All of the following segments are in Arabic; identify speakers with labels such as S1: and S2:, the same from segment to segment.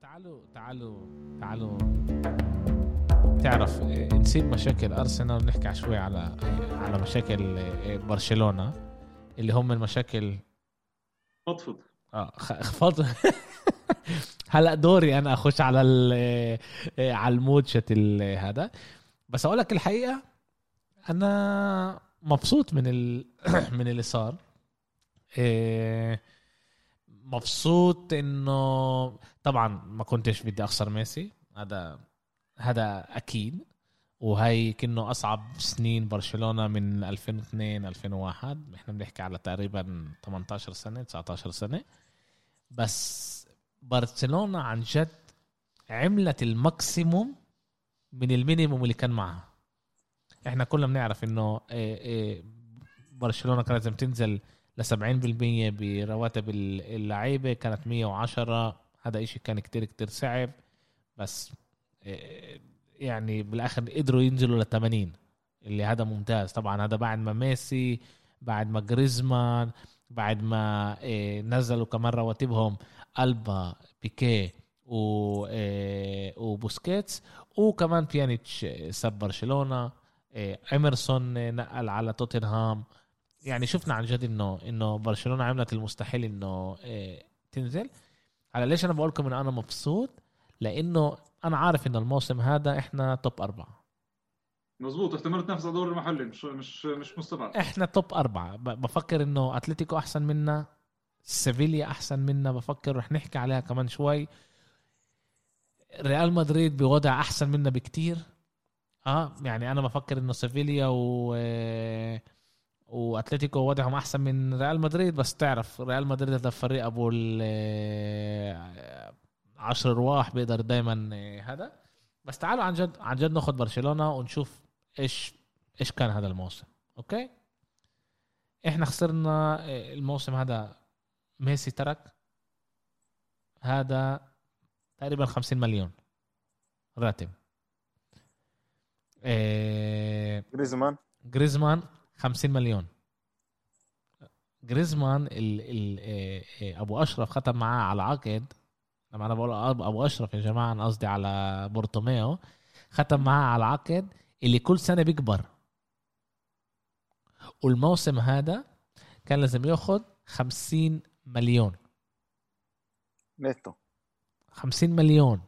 S1: تعالوا تعرف نسيب مشاكل أرسنال ونحكي شوي على مشاكل برشلونة اللي هم المشاكل.
S2: فضفض.
S1: خفض. هلا دوري أنا أخش على على الموتشة هذا. بس أقولك الحقيقة أنا مبسوط من من اللي صار. مبسوط إنه طبعا ما كنتش بدي أخسر ميسي، هذا أكيد، وهي كأنه أصعب سنين برشلونة من 2002 2001. إحنا بنحكي على تقريبا 18 سنة 19 سنة. بس برشلونة عن جد عملت الماكسيموم من المينيموم اللي كان معها. إحنا كلنا بنعرف إنه برشلونة كانت لازم تنزل ل70% برواتب اللعيبة، كانت 110. هذا إشي كان كتير صعب، بس يعني بالآخر قدروا ينزلوا ل80 اللي هذا ممتاز. طبعا هذا بعد ما ميسي، بعد ما جريزمان، بعد ما نزلوا كمان رواتبهم ألبا، بيكيه وبوسكيتس، وكمان بيانيتش ساب برشلونة، إميرسون نقل على توتنهام. يعني شفنا عن جد إنه برشلونة عملت المستحيل إنه تنزل. على ليش أنا بقولكم إن أنا مبسوط؟ لأنه أنا عارف إن الموسم هذا إحنا توب 4.
S2: مظبوط، احتمال تنافس على الدوري المحلي، مش مستبعد.
S1: إحنا توب 4. بفكر إنه أتلتيكو أحسن منا، سيفيليا أحسن منا، بفكر رح نحكي عليها كمان شوي. ريال مدريد بوضع أحسن منا بكتير. يعني أنا بفكر إنه سيفيليا وأتلتيكو وضعهم أحسن من ريال مدريد. بس تعرف ريال مدريد هذا فريق أبو 10 رواح بيقدر دايما هذا. بس تعالوا عن جد ناخد برشلونة ونشوف ايش كان هذا الموسم. اوكي، احنا خسرنا الموسم هذا. ميسي ترك هذا تقريبا 50 مليون راتب. جريزمان 50 مليون. جريزمان ابو اشرف ختم معاه على عقد. لما انا بقول ابو اشرف يا جماعه انا قصدي على بورتوميو. ختم معاه على عقد اللي كل سنه بيكبر، والموسم هذا كان لازم ياخد 50 مليون
S3: نتو.
S1: 50 مليون.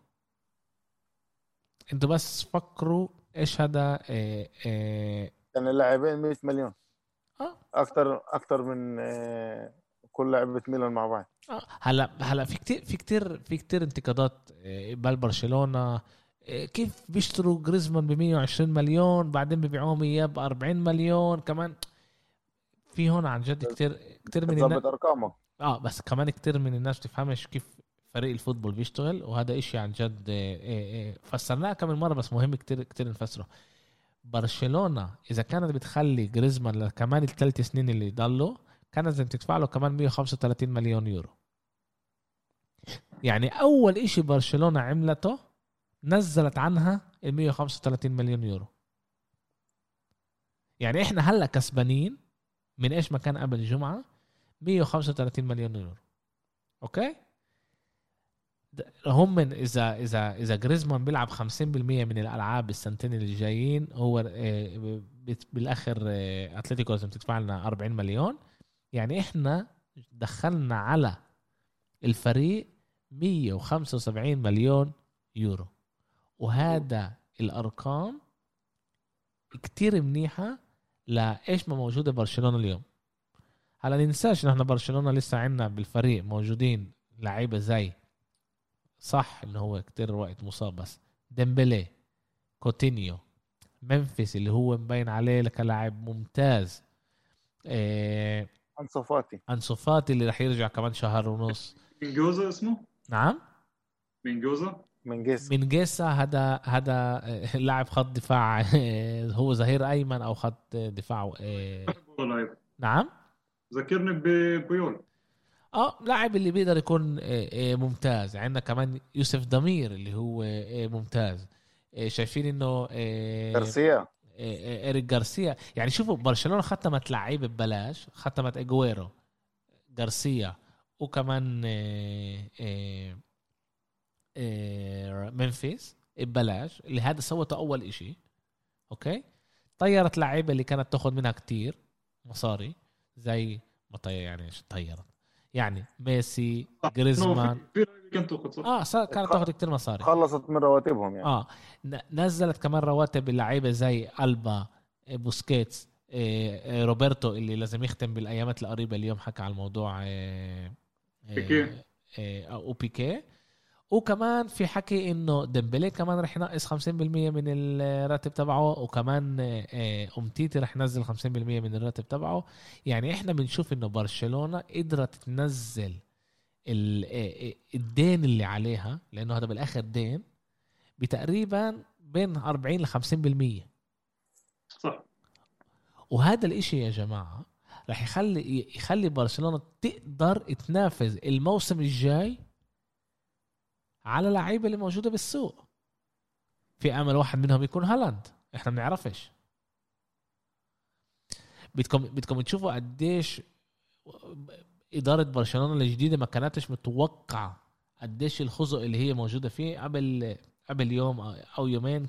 S1: انتوا بس فكروا ايش هذا.
S3: كان اللاعبين 100 مليون. اكتر من كل لعبة ميلان مع بعض.
S1: هلا في كتير انتقادات بالبرشلونة. كيف بيشتروا جريزمان ب120 مليون بعدين ببيعوهم اياه ب40 مليون كمان. في هون عن جد كتير من الناس
S3: ارقامه.
S1: بس كمان كتير من الناس تفهمش كيف فريق الفوتبول بيشتغل. وهذا إشي عن جد فسرناه كم مرة، بس مهم كتير نفسره. برشلونة إذا كانت بتخلي جريزمان كمان ال3 سنين اللي ضلوا كانت لازم تدفع له كمان 135 مليون يورو. يعني أول إشي برشلونة عملته نزلت عنها 135 مليون يورو. يعني إحنا هلأ كسبانين من إيش ما كان قبل الجمعة 135 مليون يورو. أوكي، هم من اذا جريزمان بيلعب 50% من الالعاب السنتين اللي جايين، هو بالاخر اتلتيكو لازم تدفع لنا 40 مليون. يعني احنا دخلنا على الفريق 175 مليون يورو، وهذا الارقام كتير منيحة لايش ما موجودة برشلونة اليوم. هلا ننساش ان احنا برشلونة لسه عنا بالفريق موجودين لعيبة زي صح انه هو كتير وقت مصاب، بس ديمبلي، كوتينيو، منفس اللي هو مبين عليه كلاعب ممتاز، أنسو فاتي اللي رح يرجع كمان شهر ونص.
S2: من جوزة اسمه؟
S1: نعم
S2: من
S1: جيسا هذا لاعب خط دفاع. هو ظهير ايمن او خط دفاع. نعم
S2: ذكرني ببيول.
S1: لاعب اللي بيقدر يكون ممتاز. عندنا كمان يوسف ضمير اللي هو ممتاز. شايفين انه إيريك غارسيا. يعني شوفوا برشلونة ختمت لعيبة ببلاش، ختمت إجويرو، غارسيا، وكمان منفيس ببلاش، اللي هذا سوته اول إشي. اوكي، طيرت لعيبه اللي كانت تاخذ منها كتير مصاري، زي ما يعني طيرت يعني ميسي، جريزمان. كانت تاخذ كتير مصاري،
S3: خلصت من رواتبهم يعني.
S1: نزلت كمان رواتب اللعيبه زي ألبا، بوسكيتس، روبرتو اللي لازم يختم بالايامات القريبه. اليوم حكى على الموضوع
S2: بيكيه
S1: او بيكيه. وكمان في حكي انه ديمبلي كمان رح ينقص 50% من الراتب تبعه، وكمان امتيتي رح ينزل 50% من الراتب تبعه. يعني احنا بنشوف انه برشلونة قدرت تنزل الدين اللي عليها، لانه هذا بالاخر دين، بتقريبا بين 40 ل 50%.
S2: صح.
S1: وهذا الاشي يا جماعة رح يخلي برشلونة تقدر تنافس الموسم الجاي على لعيبة اللي موجودة بالسوق. في امل واحد منهم يكون هالاند، احنا ما بنعرفش. بدكم تشوفوا قديش إدارة برشلونة الجديدة ما كانتش متوقعة قديش الخزق اللي هي موجودة فيه. قبل يوم أو يومين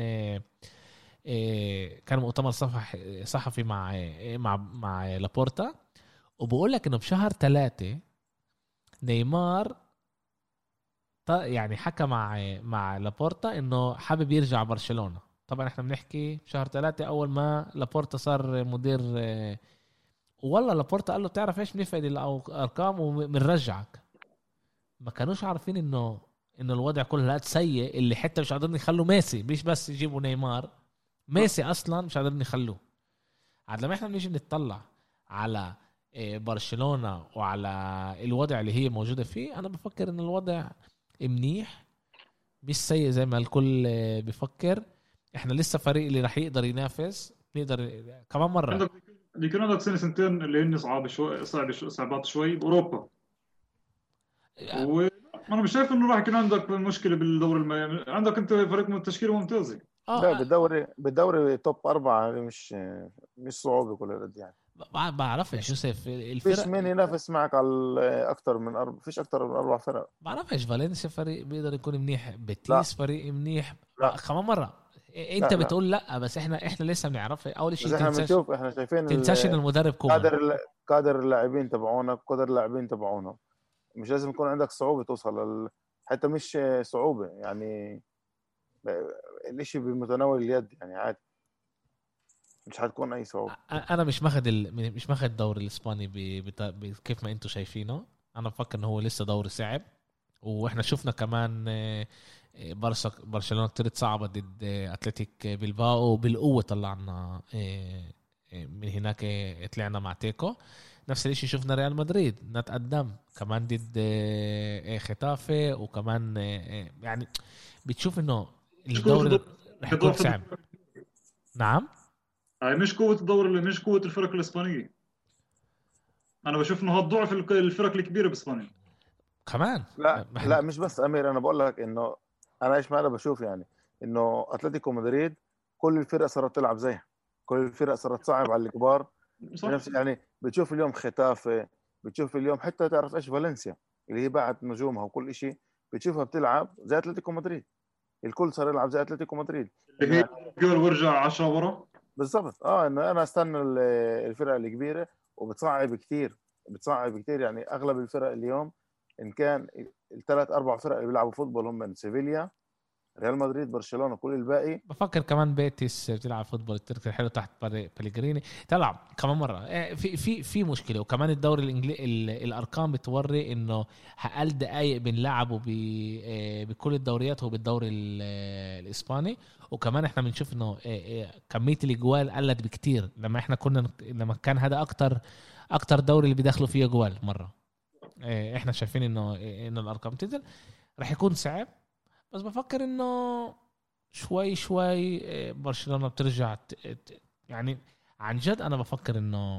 S1: كان مؤتمر صحفي مع لابورتا، وبقول لك إنه بشهر 3 نيمار يعني حكى مع لابورتا إنه حابب يرجع برشلونة. طبعا احنا بنحكي بشهر 3 أول ما لابورتا صار مدير. والله لابورتا قال له تعرف ايش، بنفقد الارقام وبنرجعك. ما كانوش عارفين انه الوضع كله هالقد سيء، اللي حتى مش قادرين يخلوا ميسي، مش بس يجيبوا نيمار، ميسي اصلا مش قادرين يخلوه. عاد لما احنا بنيجي نتطلع على برشلونة وعلى الوضع اللي هي موجودة فيه، انا بفكر ان الوضع منيح، مش سيء زي ما الكل بفكر. احنا لسه فريق اللي راح يقدر ينافس، نقدر كمان مرة.
S2: بيكون عندك سنتين اللي هن صعبات شوي بأوروبا. وأنا مش شايف إنه راح يكون عندك مشكلة بالدوري عندك أنت فريق من التشكيلة ممتازة.
S3: لا بالدوري توب 4 مش صعوبة كل الرد يعني.
S1: بعرفش يوسف
S3: الفرق فيش مين ينافس معك على أكتر من فيش أكتر من 4 فرق.
S1: بعرفش فالنسيا فريق بيقدر يكون منيح، بيتيس فريق منيح. كمان مرة انت
S3: لا
S1: بتقول لا، بس احنا لسه بنعرف. اول شيء
S3: احنا شايفين
S1: تنساش ان المدرب كومان
S3: قادر اللاعبين تبعونك، قادر اللاعبين تبعونه. مش لازم يكون عندك صعوبة توصل حتى مش صعوبة يعني، الاشي بمتناول اليد يعني، عادي مش هتكون اي صعوبة.
S1: انا مش ماخذ الدوري الاسباني كيف ما انتم شايفينه. انا بفكر انه هو لسه دوري صعب، واحنا شفنا كمان برشلونة كتير صعبة ضد أتلتيك بلباو، بالقوة طلعنا من هناك، طلعنا مع تيكو. نفس الاشي شفنا ريال مدريد نتقدم كمان ضد ختافي، وكمان يعني بتشوف انه الدوري رح يكون صعب. نعم،
S2: هاي مش قوة الدوري، اللي مش قوة الفرق الإسبانية. أنا بشوف إنه هاد ضعف الفرق الكبيرة بإسبانيا
S1: كمان.
S3: لا مش بس أمير، أنا بقول لك إنه أنا إيش ما أنا بشوف يعني إنه أتلتيكو مدريد كل الفرق صارت تلعب زيها، كل الفرق صارت تصعب على الكبار. بنفس يعني بتشوف اليوم ختافي، بتشوف اليوم حتى تعرف إيش فالنسيا اللي هي باعت نجومها وكل إشي، بتشوفها بتلعب زي أتلتيكو مدريد. الكل صار يلعب زي أتلتيكو مدريد،
S2: اللي هي جول ورجع 10 ورا
S3: بالضبط. إنه أنا أستنى الفرق الكبيرة، وبتصعب كتير، يعني أغلب الفرق اليوم إن كان 3-4 فرق اللي بيلعبوا فوتبول هم من سيفيليا، ريال مدريد، برشلونة، كل الباقي.
S1: بفكر كمان بيتيس بتلعب فوتبول كتير حلو تحت بلغريني. تلعب كمان مرة في مشكلة. وكمان الدوري الانجليزي الارقام بتوري انه اقل دقائق بنلعبوا بكل الدوريات هو بالدوري الاسباني. وكمان احنا بنشوف انه كمية الاجوال قلت بكتير لما كان هذا اكتر دوري اللي بيدخلوا فيه جوال مرة. احنا شايفين انه الارقام تنزل، رح يكون صعب. بس بفكر انه شوي برشلونة بترجع يعني عن جد. انا بفكر انه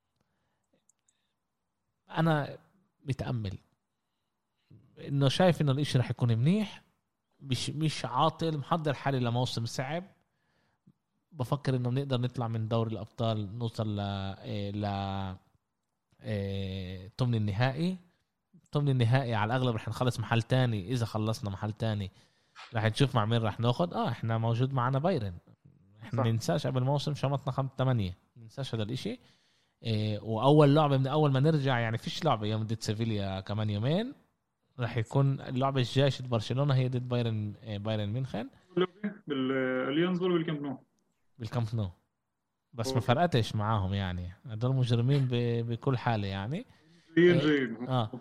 S1: انا متأمل انه شايف انه الاشي رح يكون منيح، مش عاطل، محضر حالي لموسم صعب. بفكر انه نقدر نطلع من دوري الابطال، نوصل ل ثمن النهائي. ثمن النهائي على الاغلب رح نخلص محل تاني. اذا خلصنا محل تاني رح نشوف مع مين رح ناخد. احنا موجود معنا بايرن، احنا ما ننساش قبل الموسم شمطنا 5-8، ننساش هذا الاشي. واول لعبه من اول ما نرجع يعني فيش لعبه يوم ضد سيفيليا كمان يومين، رح يكون اللعبه الجايه ضد برشلونه هي ضد بايرن ميونخن
S2: بالاليانز ولا بالكامب نو؟
S1: بالكامب نو. بس ما فرقتش معاهم يعني، هدول مجرمين بكل حاله يعني.
S2: جايين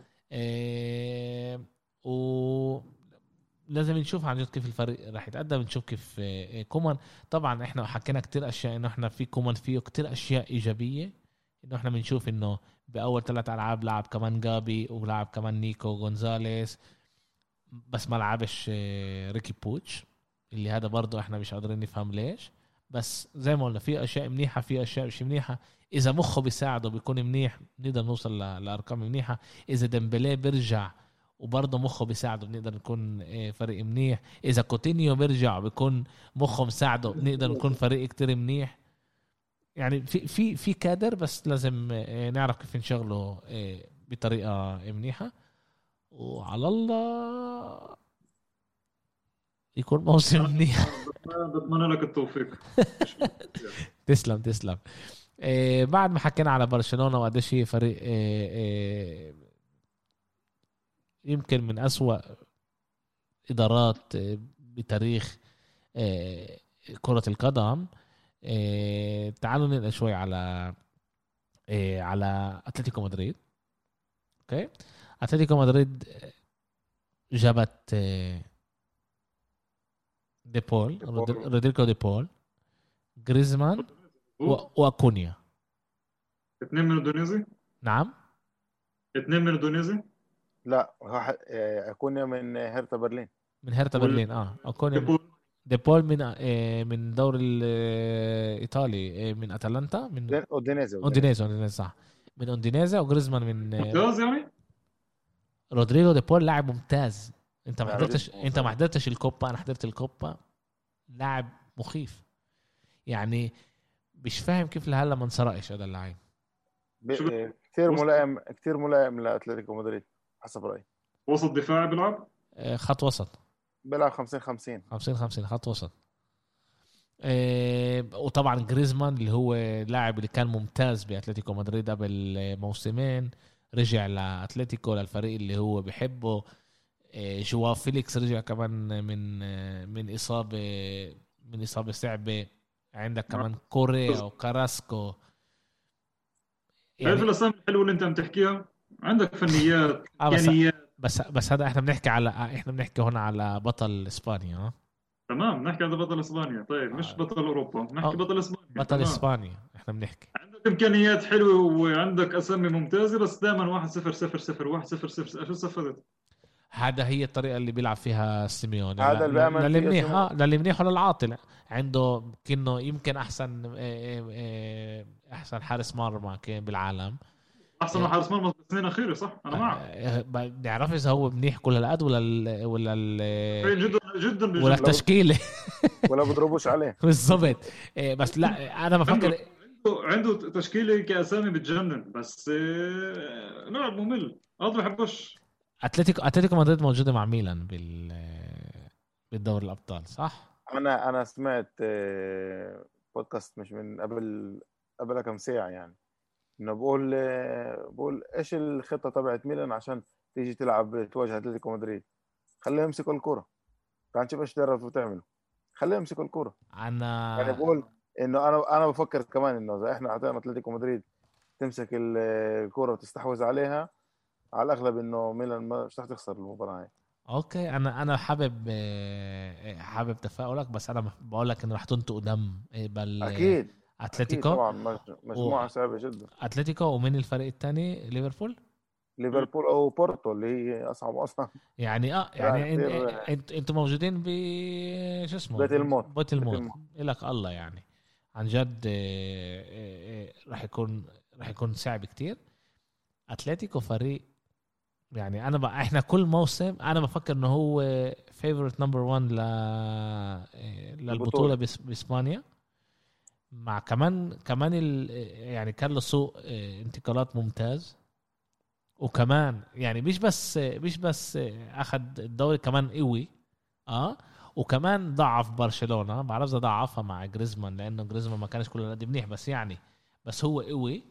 S1: و لازم نشوف عن جد كيف الفريق راح يتقدم، نشوف كيف كومان. طبعا احنا حكينا كتير اشياء انه احنا في كومان فيه كتير اشياء ايجابيه، انه احنا بنشوف انه باول 3 العاب لعب كمان جابي ولعب كمان نيكو غونزاليس، بس ما لعبش ريكي بوتش اللي هذا برضو احنا مش قادرين نفهم ليش. بس زي ما قلنا في اشياء منيحه في اشياء مش منيحه. اذا مخه بيساعده بيكون منيح، نقدر نوصل لارقام منيحه. اذا ديمبلي بيرجع وبرضه مخه بيساعده بنقدر نكون فريق منيح. اذا كوتينيو بيرجع بيكون مخه مساعده بنقدر نكون فريق كتير منيح. يعني في كادر، بس لازم نعرف كيف نشغله بطريقه منيحه، وعلى الله يكون موسم منيح.
S2: بتمنى لك التوفيق.
S1: تسلم. بعد ما حكينا على برشلونة وقديش هي فريق يمكن من أسوأ إدارات بتاريخ كرة القدم، تعالوا ننقل شوي على أتلتيكو مدريد. أوكي، أتلتيكو مدريد جابت ديبول، رودريجو ديبول، غريزمان وأكونيا.
S2: 2 من اندونيسي.
S1: نعم
S2: 2 من اندونيسي.
S3: لا أكونيا من هيرتا برلين.
S1: من هيرتا برلين. أكونيا ديبول من دور الإيطالي، من أتلانتا، من أودينيزي صح، من أودينيزي. وغريزمان من
S2: ممتاز يعني.
S1: رودريجو ديبول لاعب ممتاز. انت ما حضرتش الكوبا، انا حضرت الكوبا. لاعب مخيف يعني، مش فاهم كيف لهلا ما انسرقش هذا اللاعب.
S3: كثير ملائم لأتلتيكو مدريد حسب رأيي.
S2: وسط دفاعي بيلعب
S1: خط وسط،
S3: بيلعب 50-50
S1: خط وسط. وطبعا غريزمان اللي هو لاعب اللي كان ممتاز بأتلتيكو مدريد قبل موسمين، رجع لأتلتيكو للفريق اللي هو بيحبه. جواو فيليكس رجع كمان من إصابة صعبة. عندك كمان كوريا وكاراسكو.
S2: يعني الأسامي الحلوة اللي أنت عم تحكيها، عندك فنيات
S1: بس هذا احنا بنحكي هنا على بطل إسبانيا.
S2: تمام، نحكي على بطل إسبانيا. طيب مش بطل أوروبا، نحكي بطل إسبانيا.
S1: بطل إسبانيا احنا بنحكي.
S2: عندك إمكانيات حلوة وعندك أسامي ممتازة، بس دائما 1-0 1-0 شو صفدت؟
S1: هذا هي الطريقة اللي بيلعب فيها سيميون.
S3: هذا
S1: اللي منيح للي منيح وللعاطل. عنده كأنه يمكن أحسن حارس مرمى كان بالعالم،
S2: أحسن حارس مرمى بالسنين الأخيرة. صح، أنا معك.
S1: نعرف إذا هو منيح كل هالقد ولا
S2: جدا
S1: ولا التشكيلة
S3: ولا بضربوش عليه.
S1: بالضبط. بس لا أنا بفكر
S2: عنده تشكيلة كأسامي بتجنن، بس لاعب ممل. ما بحبش.
S1: أتلتيكو مدريد موجودة مع ميلان بالدوري الأبطال صح؟
S3: أنا سمعت بودكاست مش من قبل كم ساعة يعني، إنه بقول إيش الخطة تبعت ميلان عشان تيجي تلعب تواجه أتلتيكو مدريد. خليهم يمسكوا الكرة، كان شوف إيش تعرفوا تعملوا، خليهم يمسكوا الكرة. يعني بقول إنه أنا بفكر كمان إنه إذا إحنا أعطينا أتلتيكو مدريد تمسك الكرة وتستحوذ عليها، على الأغلب إنه ميلان مش رح تخسر المباراة هاي.
S1: اوكي، انا حابب تفاؤلك، بس انا بقول لك انه رح تنطق دم
S3: اكيد
S1: اتلتيكو.
S3: طبعا مجموعه صعبه جدا.
S1: اتلتيكو ومن الفريق الثاني ليفربول
S3: او بورتو اللي هي اصعب
S1: يعني انتم موجودين شو اسمه بيت الموت لك الله. يعني عن جد رح يكون صعب كتير. اتلتيكو فريق يعني احنا كل موسم انا بفكر انه هو فيفورت نمبر 1 للبطوله باسبانيا، مع كمان يعني كان له سوق انتقالات ممتاز، وكمان يعني مش بس اخذ الدوري كمان قوي وكمان ضعف برشلونة. بعرف اذا ضعفها مع جريزمان لانه جريزمان ما كانش كله قد منيح، بس هو قوي.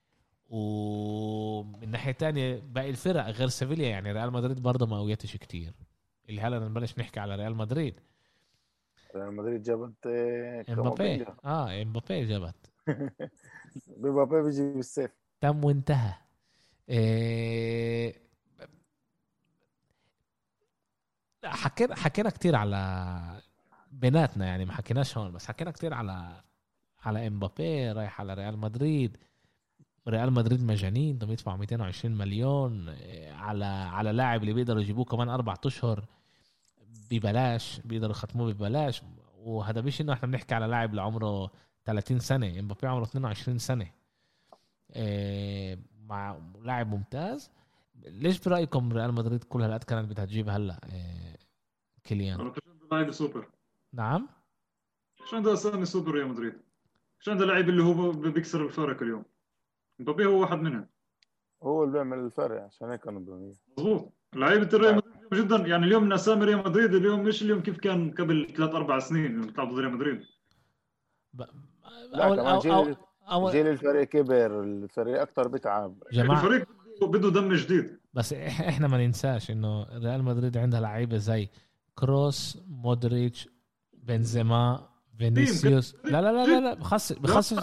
S1: ومن ناحية تانية باقي الفرق غير سيفيليا، يعني ريال مدريد برضه ما قويتش كتير. اللي هلا نبلش نحكي على ريال مدريد.
S3: ريال مدريد جابت
S1: امبابي امبابي جابت
S3: امبابي بيجي بالسيف
S1: تم وانتهى. حكينا كتير على بيناتنا، يعني ما حكيناش هون، بس حكينا كتير على امبابي رايح على ريال مدريد. ريال مدريد مجانين، بدهم يدفعوا 220 مليون على لاعب اللي بيقدروا يجيبوه كمان 4 أشهر ببلاش، بيقدروا يختموه ببلاش. وهذا مش انه احنا بنحكي على لاعب لعمره 30 سنة، امبابي عمره 22 سنة مع لاعب ممتاز. ليش برأيكم ريال مدريد كل هالقد كانت بدها تجيب هلا كيليان؟
S2: انا مش عنده لاعب سوبر.
S1: نعم
S2: مش عنده اسامي سوبر ريال مدريد، مش عنده لاعب اللي هو بيكسر الفارق اليوم. مبابي هو واحد منهم،
S3: هو اللي بيعمل الفرق، عشان هيك كانوا
S2: مظبوط. لعيبه ريال مدريد جدا، يعني اليوم من اسامي ريال مدريد اليوم مش اليوم كيف كان قبل 3-4 سنين لما بتلعب ضد ريال مدريد.
S3: لا كمان جيل الفريق كبر، الفريق اكتر بتعب.
S2: الفريق بده دم جديد.
S1: بس احنا ما ننساش انه ريال مدريد عندها لعيبه زي كروس، مودريتش، بنزيما، فينيسيوس. لا لا لا لا بخصص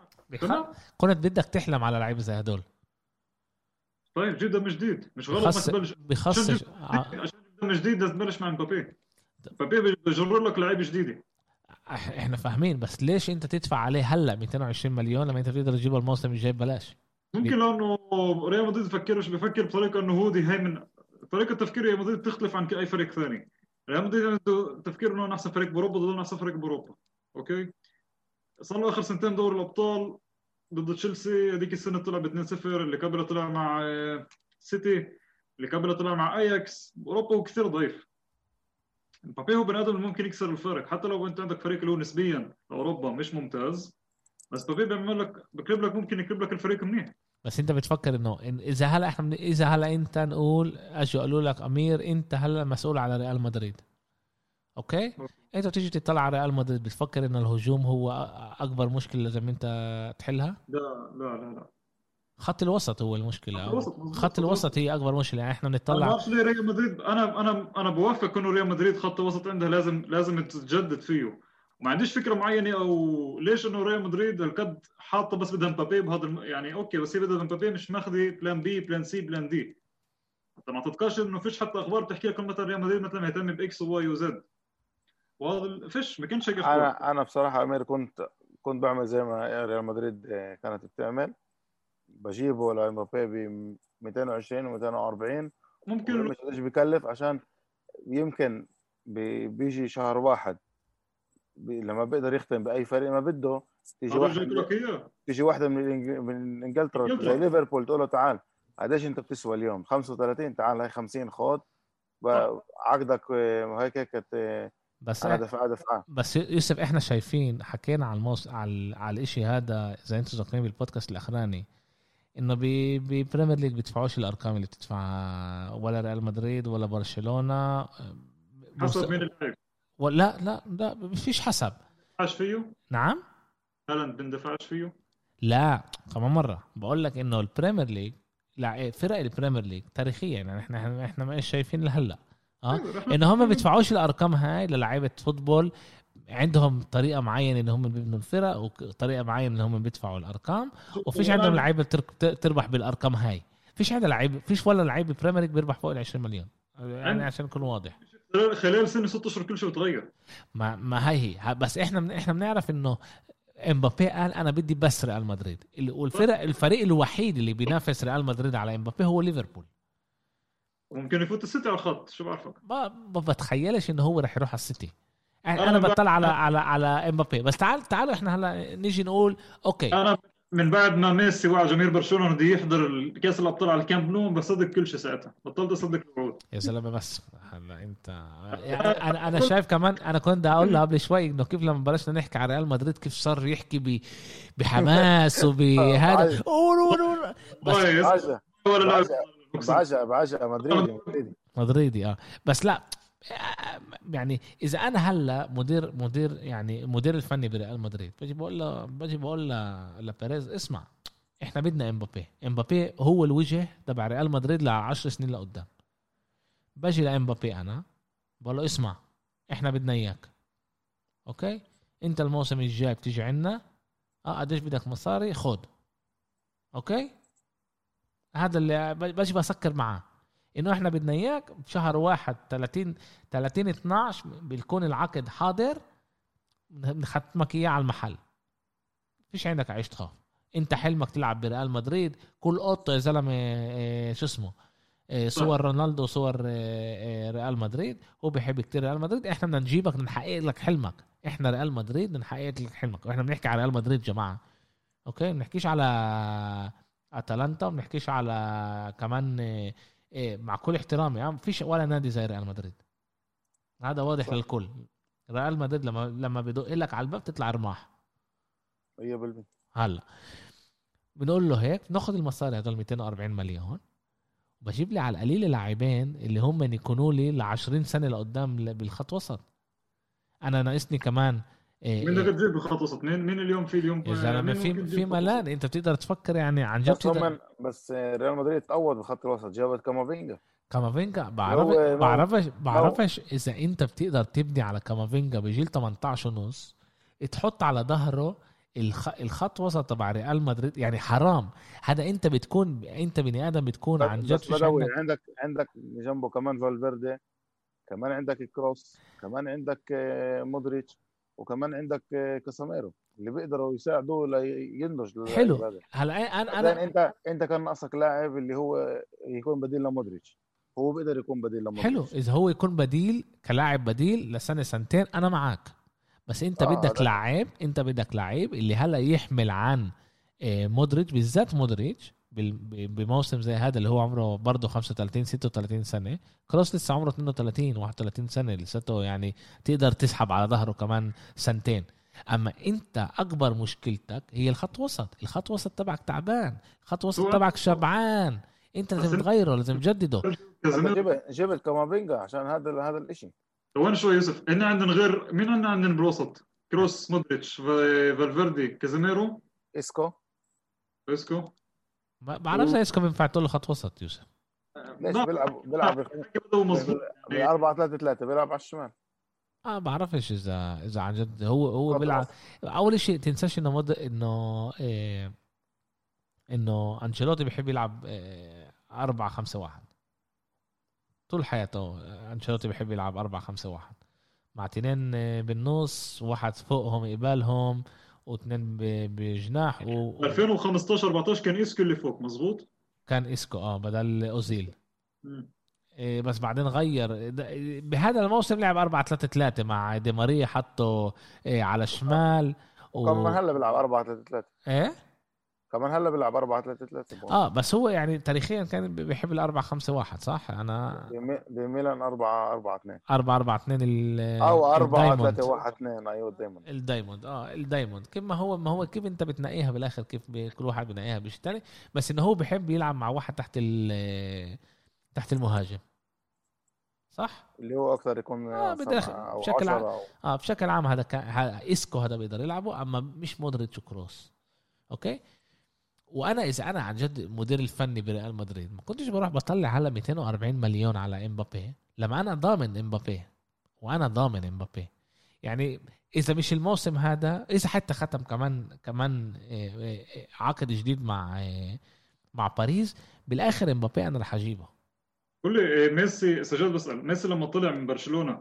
S1: كنت بدك تحلم على لعيبه زي هدول.
S2: طيب جدا مش جديد، مش غلط انك تبلش
S1: بخصص
S2: عشان دم جديد لازم تبلش مع مبابي بيجر لك لعيبه جديده.
S1: احنا فاهمين، بس ليش انت تدفع عليه هلا 220 مليون لما انت تقدر تجيبه الموسم الجاي ببلاش؟
S2: ممكن لانه ريال مدريد بفكر بطريقه انه هو دي هي من طريقه تفكير ريال مدريد تختلف عن اي فريق ثاني. ريال مدريد عنده تفكير انه احسن فريق باوروبا ضد احسن فريق باوروبا. اوكي، صار له اخر سنتين دوري الابطال ضد تشيلسي، هذيك السنه طلع ب 2-0، اللي قبلها طلع مع سيتي، اللي قبلها طلع مع اياكس. اوروبا هو كثير ضعيف. مبابي هو بني ادم ممكن يكسر الفرق، حتى لو انت عندك فريق اللي هو نسبيا اوروبا مش ممتاز، بس مبابي بيعمل لك بكرب لك، ممكن يكرب لك الفريق منيح.
S1: بس انت بتفكر انه اذا هلا انت نقول اجوا قالوا لك امير انت هلا مسؤول على ريال مدريد، اوكي؟ انت تيجي تطلع على ريال مدريد بتفكر ان الهجوم هو اكبر مشكله لازم انت تحلها؟
S2: لا لا لا لا،
S1: خط الوسط هو المشكله. خط الوسط هي اكبر مشكله. يعني احنا نطلع،
S2: ما بعرفش ليه ريال مدريد. انا بوافق انه ريال مدريد خط وسط عندها لازم تتجدد فيه. وما عنديش فكره معينه او ليش انه ريال مدريد القد حاطه بس بدها مبابي بهذا يعني اوكي، بس هي بدها مبابي مش ماخذه بلان بي بلان سي بلان دي. حتى ما تتكاش انه فيش حتى اخبار بتحكي لك مثلا ريال مدريد مثلا مهتم باكس وواي وزد، وهذا فيش ما كانش هيك.
S3: انا بصراحه امير كنت بعمل زي ما ريال مدريد كانت بتعمل، بجيبه لمبابي ب 220 و240
S2: ممكن
S3: مش قديش بكلف، عشان يمكن بيجي شهر واحد لما بيقدر يختم باي فريق ما بده، تيجي واحده من انجلترا زي ليفربول تقول له تعال قديش انت بتسوى اليوم؟ 35، تعال هاي 50 خد عقدك وهيك
S1: بس
S3: انا دفعه.
S1: بس يوسف احنا شايفين حكينا على الاشي هذا اذا انتم ذاكرين بالبودكاست الاخراني، انه ببريمير ليج بيدفعوش الارقام اللي بتدفعها ولا ريال مدريد ولا برشلونة.
S2: حسب مين اللاعب؟
S1: ولا لا مفيش حسب.
S2: دفعش فيه؟
S1: نعم
S2: هالاند بندفعش فيه؟
S1: لا كمان مرة بقول لك انه البريمير ليج، لا فرق البريمير ليج تاريخيا يعني احنا ما شايفين لهلا انه هم بيدفعوش الارقام هاي للاعيبه فوتبول. عندهم طريقه معينه ان هم بيبنوا الفرق وطريقه معينه ان هم بيدفعوا الارقام، وفيش عندهم لعيبه تربح بالارقام هاي. فيش عندنا لعيب، فيش ولا لعيب بريمير ليج بيربح فوق ال 20 مليون يعني عشان نكون واضح.
S2: خلال سنه 6 اشهر كل شيء بتغير.
S1: ما هي بس احنا بنعرف انه امبابي قال انا بدي بس ريال مدريد، الفريق الوحيد اللي بينافس ريال مدريد على امبابي هو ليفربول.
S2: ممكن يفوت السيتي على الخط، شو بعرفك.
S1: ما بتخيلش انه هو رح يروح على السيتي. انا بطلع على امبابي. بس تعالوا احنا هلا نيجي نقول اوكي،
S2: انا من بعد ما ميسي وعى جماهير برشلونه بده يحضر كاس الابطال على الكامب نو بصدق كل شيء ساعتها، بطلت اصدق الوعود
S1: يا زلمه. بس هلا انت يعني انا شايف كمان، انا كنت اقول له قبل شوي انه كيف لما بلشنا نحكي على ريال مدريد كيف صار يحكي بحماس وبهذا. بس
S2: ولا لا
S3: بعجقة مدريدي
S1: مدريدي بس لا يعني اذا انا هلا مدير يعني مدير الفني بريال مدريد باجي بقول لبيريز اسمع، احنا بدنا امبابي هو الوجه تبع ريال مدريد ل10 سنين لقدام. باجي لامبابي انا بقول له اسمع، احنا بدنا اياك، اوكي انت الموسم الجاي بتيجي عنا، قديش بدك مصاري خد، اوكي هذا اللي باجي بسكر معاه انه احنا بدنا اياك بشهر 1 30/12 بيكون العقد حاضر، بنختمك اياه على المحل، فيش عندك عيش تخاف. انت حلمك تلعب بريال مدريد، كل قطه يا زلمه شو اسمه صور رونالدو، صور ريال مدريد، هو بيحب كتير ريال مدريد، احنا بدنا نجيبك نحقق لك حلمك، احنا ريال مدريد نحقق لك حلمك. واحنا بنحكي على ريال مدريد جماعه، اوكي بنحكيش على اتلانتا، بنحكيش على كمان مع كل احترامي ما فيش ولا نادي زي ريال مدريد، هذا واضح للكل. ريال مدريد لما بدق لك على الباب تطلع رماح. هلا بنقول له هيك ناخذ المصاري هذول 240 مليون، بجيب لي على القليل لاعبين اللي هم يكونوا لي ل20 سنه لقدام بالخط وسط. انا ناقصني كمان
S2: مين بدك تجيب بالخط وسط؟ مين اليوم
S1: يا زلمه في ملان، انت بتقدر تفكر يعني عن جد.
S3: بس ريال مدريد تعوض بخط الوسط، جابت كامافينجا.
S1: بعرفش اذا انت بتقدر تبني على كامافينجا بجيل 18 ونص تحط على ظهره الخط وسط تبع ريال مدريد، يعني حرام. هذا انت بني ادم بتكون عن جد
S3: فيش عندك جنبه كمان فالفيردي، كمان عندك كروس، كمان عندك مودريتش، وكمان عندك كاساميرو اللي بيقدروا يساعدوه لينضج.
S1: حلو. هلا
S3: انا انت كان ناقصك لاعب اللي هو يكون بديل لمودريتش، هو بيقدر يكون بديل لمودريتش.
S1: حلو، اذا هو يكون بديل كلاعب بديل لسنه سنتين انا معك، بس انت بدك لاعب اللي هلا يحمل عن مودريتش، بالذات مودريتش بموسم زي هذا اللي هو عمره برضه 35-36 سنة. كروس لسه عمره 32-31 سنة لساته، يعني تقدر تسحب على ظهره كمان سنتين. أما أنت أكبر مشكلتك هي الخط وسط تبعك تعبان، الخط وسط تبعك شبعان، أنت لازم تغيره، لازم تجدده.
S3: جبت كامافينجا عشان هذا الاشي.
S2: وين شوي يوسف، إحنا عندنا غير مين عندنا بالوسط؟ كروس، مودريتش، فالفيردي، كازيميرو،
S3: إسكو.
S1: ما بعرفش إسكو بينفع تقول له خط وسط يوسف.
S3: ليش بيلعب 4-3-3 بيلعب على الشمال.
S1: بعرفش اذا عن جد هو بيلعب. اول شيء تنساش انه انشيلوتي بيحب يلعب 4-5-1 طول حياته. انشيلوتي بيحب يلعب 4-5-1 مع 2 بالنص، واحد فوقهم قبالهم واثنين بجناح.
S2: 2015-14 كان إسكو اللي فوق، مزبوط.
S1: كان إسكو بدل أوزيل. بس بعدين غير بهذا الموسم لعب 4-3-3 مع دي ماريا، حطه على الشمال
S3: وكمان هلا بيلعب 4-3-3. كمان هلا بيلعب 4-3-3.
S1: بس هو يعني تاريخيا كان بيحب 4-5-1 صح. انا
S3: بميلان 4-4-2
S1: او
S3: 4-3-1-2. ايوه
S1: الدايموند. الدايموند كيف ما هو كيف انت بتنقيها بالاخر، كيف كل واحد بينقيها بشيء تاني. بس انه هو بيحب يلعب مع واحد تحت المهاجم، صح،
S3: اللي هو اكثر يكون
S1: بشكل عام. بشكل عام هذا إسكو هذا بيقدر يلعبه، اما مش مودريتش وكروس. اوكي. وانا اذا انا عن جد مدير الفني بريال مدريد ما كنتش بروح بطلع على 240 مليون على امبابي لما انا ضامن امبابي. يعني اذا مش الموسم هذا، اذا حتى ختم كمان عقد جديد مع باريس، بالاخر امبابي انا رح اجيبه.
S2: كل ميسي سجل. بسأل ميسي لما طلع من برشلونة،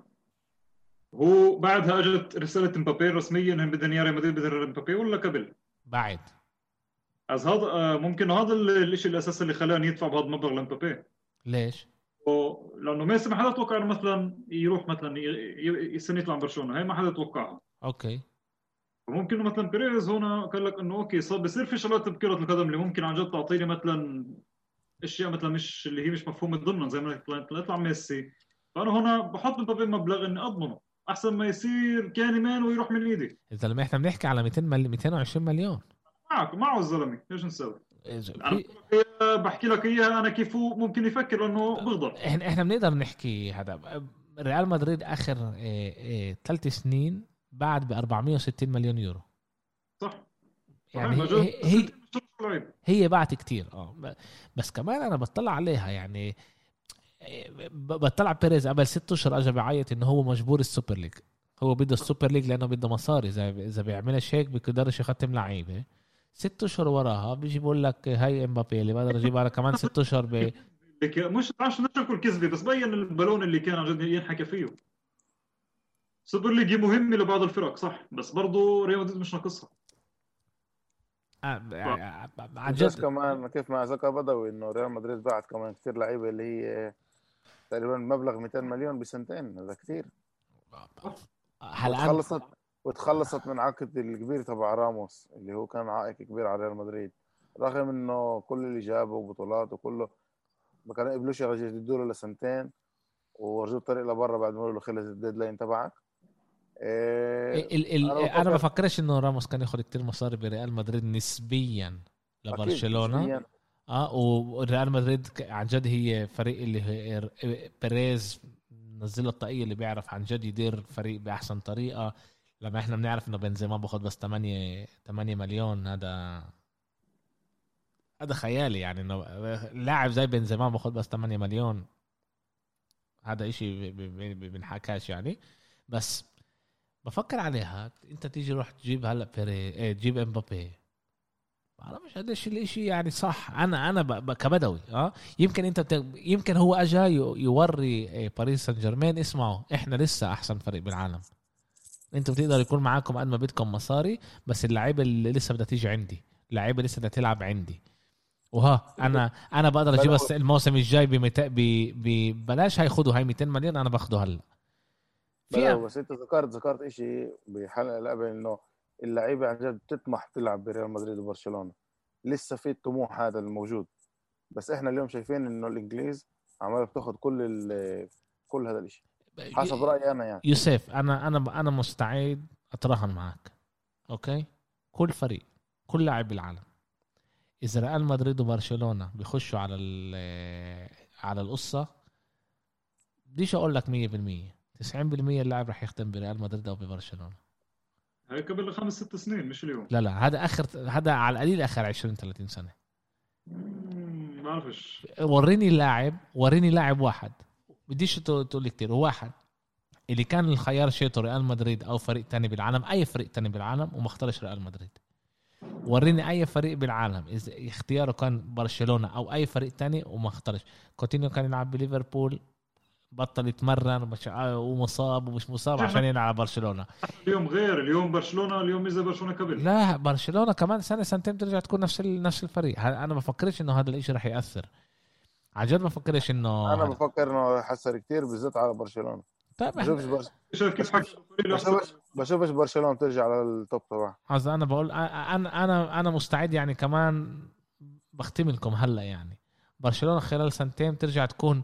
S2: هو بعدها اجت رسالة امبابي رسميا انهم بدهم ريال مدريد بدهم امبابي ولا قبل؟
S1: بعد.
S2: از هذا ممكن هذا الشيء الاساسي اللي خلاني يدفع بهذا المبلغ لامبابي.
S1: ليش؟
S2: لانه ميسي ما حدا توقع انه مثلا يروح مثلا السنه يطلع من برشلونه، هي ما حدا توقعها.
S1: اوكي.
S2: ممكن مثلا بيريز هنا قال لك انه اوكي صار بصير في شغلات بكره القدم اللي ممكن عن جد تعطيني مثلا اشياء مثلا مش اللي هي مش مفهومه ضمن زي ما يطلع ميسي، فانا هنا بحط مبابي مبلغ اني اضمنه احسن ما يصير كان مان ويروح من ايدي.
S1: الزلمه احنا بنحكي على 220 مليون.
S2: معه الزلمه، ايش نسوي؟ بحكي لك اياها انا كيف ممكن يفكر انه بغضب.
S1: احنا بنقدر نحكي هذا. ريال مدريد اخر 3 سنين بعد ب 460 مليون يورو.
S2: صح
S1: يعني هي بعت كتير بس كمان انا بطلع عليها يعني بطلع بيريز قبل 6 اشهر اجى بعيط انه هو مجبور السوبر ليج. هو بده السوبر ليج لانه بده مصاري. اذا بيعملش هيك بيقدرش يختم لعيبه. 6 اشهر وراها بيجي بقول لك هاي امبابي اللي بقدر اجيبها انا كمان 6 اشهر
S2: مش عشان نشكل كذبه بس بين البالون اللي كان عن جد ينحكى فيه. سوبر ليج مهمه لبعض الفرق صح بس برضه ريال مدريد مش ناقصها.
S3: عن جد كمان كيف مع زكا بدوي انه ريال مدريد باعت كمان كثير لعيبه اللي هي تقريبا مبلغ 200 مليون بسنتين. هذا كثير. وتخلصت من عقد الكبير تبع راموس اللي هو كان عائق كبير على ريال مدريد رغم انه كل اللي جابه بطولات وكله ما كانوا يقبلوش يجددوا له لسنتين ورجعوا الطريق لبرا بعد ما قالوا له خلص الديدلاين تبعك.
S1: انا ما بفكرش انه راموس كان ياخذ كتير مصاري بريال مدريد نسبيا لبرشلونة. وريال مدريد عن جد هي فريق اللي بيريز نزل الطاقية اللي بيعرف عن جد يدير فريق بأحسن طريقة. لما احنا بنعرف انه بنزيما باخد بس 8 مليون هذا خيالي يعني انه لاعب زي بنزيما باخد بس 8 مليون هذا اشي بنحكاش يعني. بس بفكر عليها انت تيجي روح تجيب هلا تجيب امبابي انا مش قديش الاشي يعني صح. انا كبدوي يمكن هو اجا يوري باريس سان جيرمان اسمعوا احنا لسه احسن فريق بالعالم. انتوا بتقدروا يكون معاكم قد ما بدكم مصاري بس اللعيبه اللي لسه بدها تيجي عندي اللعيبه لسه بدها تلعب عندي. انا بقدر اجيب الموسم الجاي ببلاش هياخدوا هاي 200 مليون انا باخده هلا.
S3: بس انت ذكرت اشي بحلقه قبل انه اللعيبه عن جد بتطمح تلعب بريال مدريد وبرشلونه. لسه في الطموح هذا الموجود بس احنا اليوم شايفين انه الانجليز عماله بتاخد كل هذا الاشي حسب رايي انا يعني.
S1: يوسف انا مستعد اتراهن معك اوكي. كل فريق كل لاعب بالعالم اذا ريال مدريد وبرشلونه بيخشوا على القصه بديش اقول لك 100% 90% اللاعب رح يختم بريال مدريد او ببرشلونه.
S2: هاي قبل 5-6 سنين مش اليوم.
S1: لا هذا على القليل اخر 20-30 سنه.
S2: ما بعرفش.
S1: وريني لاعب واحد بديش تقول لي كتير واحد اللي كان الخيار شيته ريال مدريد او فريق تاني بالعالم اي فريق تاني بالعالم وما اختارش ريال مدريد. وريني اي فريق بالعالم اذا اختياره كان برشلونه او اي فريق تاني وما اختارش. كوتينيو كان يلعب بليفربول بطل يتمرن ومصاب ومش مصاب عشان يلعب برشلونه.
S2: اليوم غير اليوم برشلونه اليوم اذا برشلونه قبل
S1: لا برشلونه كمان سنتين ترجع تكون نفس الفريق. انا ما بفكرش انه هذا الاشي رح ياثر عن جد. ما بفكرش انه
S3: انا بفكر انه حسر كتير بالذات على برشلونه.
S1: طيب
S3: بشوفش برشلونه ترجع على التوب طبعا.
S1: انا بقول انا مستعد يعني كمان بختم لكم هلا يعني برشلونه خلال سنتين ترجع تكون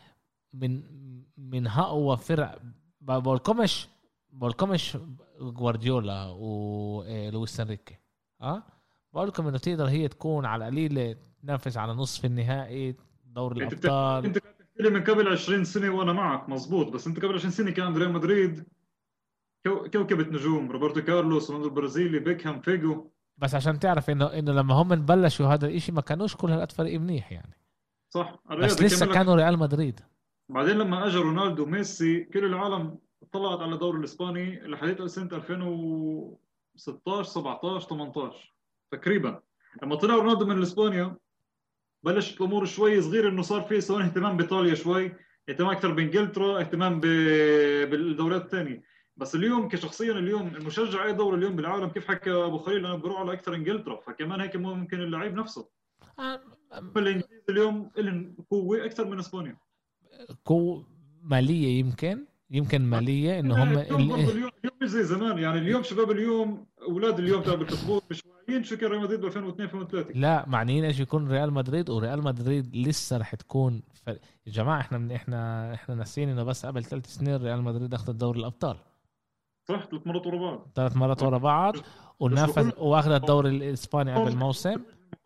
S1: من اقوى فرق. بقولكمش جوارديولا ولويس انريكي بقولكم انه تقدر هي تكون على القليل تنافس على نصف النهائي دور الابطال.
S2: انت كنت من قبل 20 سنه وانا معك مزبوط بس انت قبل 20 سنه كان ريال مدريد كوكبة نجوم روبرتو كارلوس رونالدو البرازيلي بيكهام فيجو.
S1: بس عشان تعرف انه لما هم بلشوا هذا الاشي ما كانوش كل هالقد فريق منيح يعني
S2: صح.
S1: بس لسه كانوا ريال مدريد.
S2: بعدين لما اجى رونالدو وميسي كل العالم طلعت على الدوري الاسباني لحد سنه 2016 17 18 تقريبا. لما طلع رونالدو من اسبانيا بلشت الامور شوي صغيره انه صار في سواء اهتمام بايطاليا شوي اهتمام اكثر بانجلترا اهتمام بالدوريات الثانيه. بس اليوم كشخصيا اليوم المشجع اي دوري اليوم بالعالم كيف حكى ابو خليل انا بروح على اكثر انجلترا. فكمان هيك ممكن اللعيب نفسه الانجليز اليوم لهم قوه اكثر من اسبانيا.
S1: قوه ماليه يمكن ماليه انه هم
S2: اليوم مش زي زمان يعني. اليوم شباب اليوم اولاد اليوم تبع الفوتبول مش واعيين شو كان ريال مدريد ب 2002 2003.
S1: لا معنيين ايش يكون ريال مدريد وريال مدريد لسه رح تكون يا جماعه احنا ناسين انه بس قبل 3 سنين ريال مدريد اخذ دوري الابطال
S2: صح 3 مرات ورا بعض.
S1: 3 مرات ورا بعض ونافس واخذ الدوري الاسباني قبل موسم.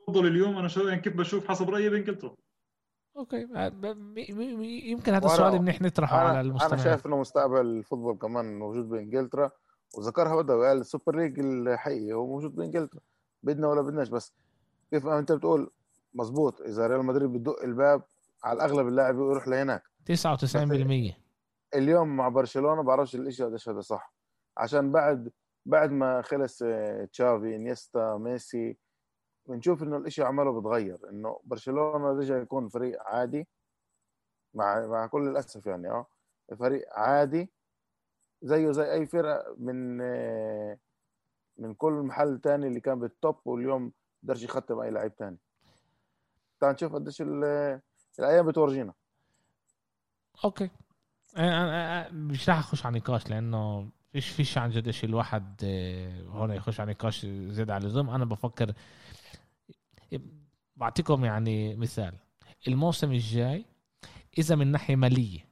S2: بفضل اليوم انا شو يعني كيف بشوف حسب رايي بانجلترا.
S1: اوكي يمكن هذا السؤال منيح نطرحه على
S3: انا
S1: المستمعين.
S3: شايف انه مستقبل الفوتبول كمان موجود بانجلترا، وذكرها بدوي قال السوبر ليج الحقيقي هو موجود بانجلترا، بدنا ولا بدناش. بس كيف ما انت بتقول مزبوط، اذا ريال مدريد بدق الباب على الاغلب اللاعب يروح لهناك.
S1: 99%.
S3: اليوم مع برشلونة بعرفش الاشي هذا صح، عشان بعد ما خلص تشافي انيستا ميسي بنشوف انه الاشي عمله بتغير، انه برشلونة رجع يكون فريق عادي مع كل الاسف يعني فريق عادي زيه زي اي فرقة من كل محل تاني اللي كان بالتوب، واليوم قدرش يختم اي لعيب تاني. تعال نشوف قديش الايام بتورجينا.
S1: اوكي انا مش راح اخش على نقاش لانه فيش عن جد شيء الواحد هون يخش على نقاش زيادة على اللزوم. انا بفكر بعطيكم يعني مثال الموسم الجاي، اذا من ناحية مالية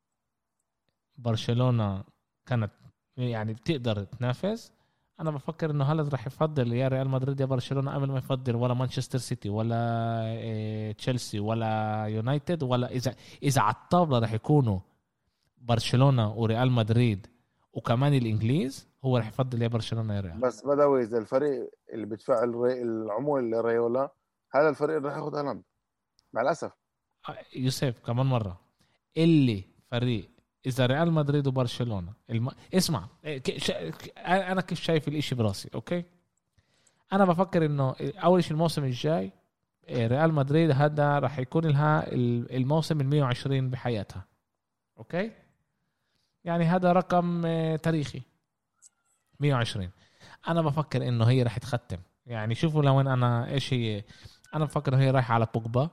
S1: برشلونة كانت يعني بتقدر تنافس، انا بفكر انه هلا راح يفضل يا ريال مدريد يا برشلونة قبل ما يفضل ولا مانشستر سيتي ولا تشيلسي ولا يونايتد، ولا اذا على الطاولة راح يكونوا برشلونة وريال مدريد وكمان الانجليز، هو راح يفضل يا برشلونة يا ريال.
S3: بس بدوي اذا الفريق اللي بيدفع العمول لريولا هذا الفريق اللي راح ياخذ هالاند مع الاسف.
S1: يوسف كمان مرة اللي فريق اذا ريال مدريد وبرشلونة اسمع انا كيف شايف الاشي براسي. اوكي انا بفكر انه اول شيء الموسم الجاي ريال مدريد هذا راح يكون لها الموسم 120 بحياتها. اوكي يعني هذا رقم تاريخي 120. انا بفكر انه هي راح تختم، يعني شوفوا لوين انا ايش هي. انا بفكر هي رايحه على بوجبا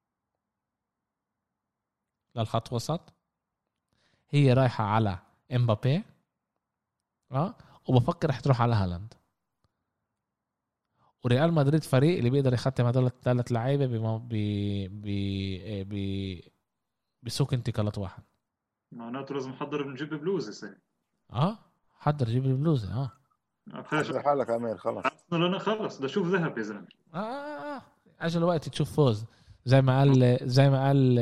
S1: للخط وسط، هي رايحه على امبابي وبفكر رح تروح على هالاند. وريال مدريد فريق اللي بيقدر يختم هذول الثلاث لعيبه بسوق انتقالات واحد.
S2: معناته لازم نحضر نجيب بلوزة
S1: حضر جيب البلوزه
S3: حضر حالك امير خلص.
S2: انا خلص بدي اشوف ذهب يا زلمه.
S1: اجل وقت تشوف فوز زي ما قال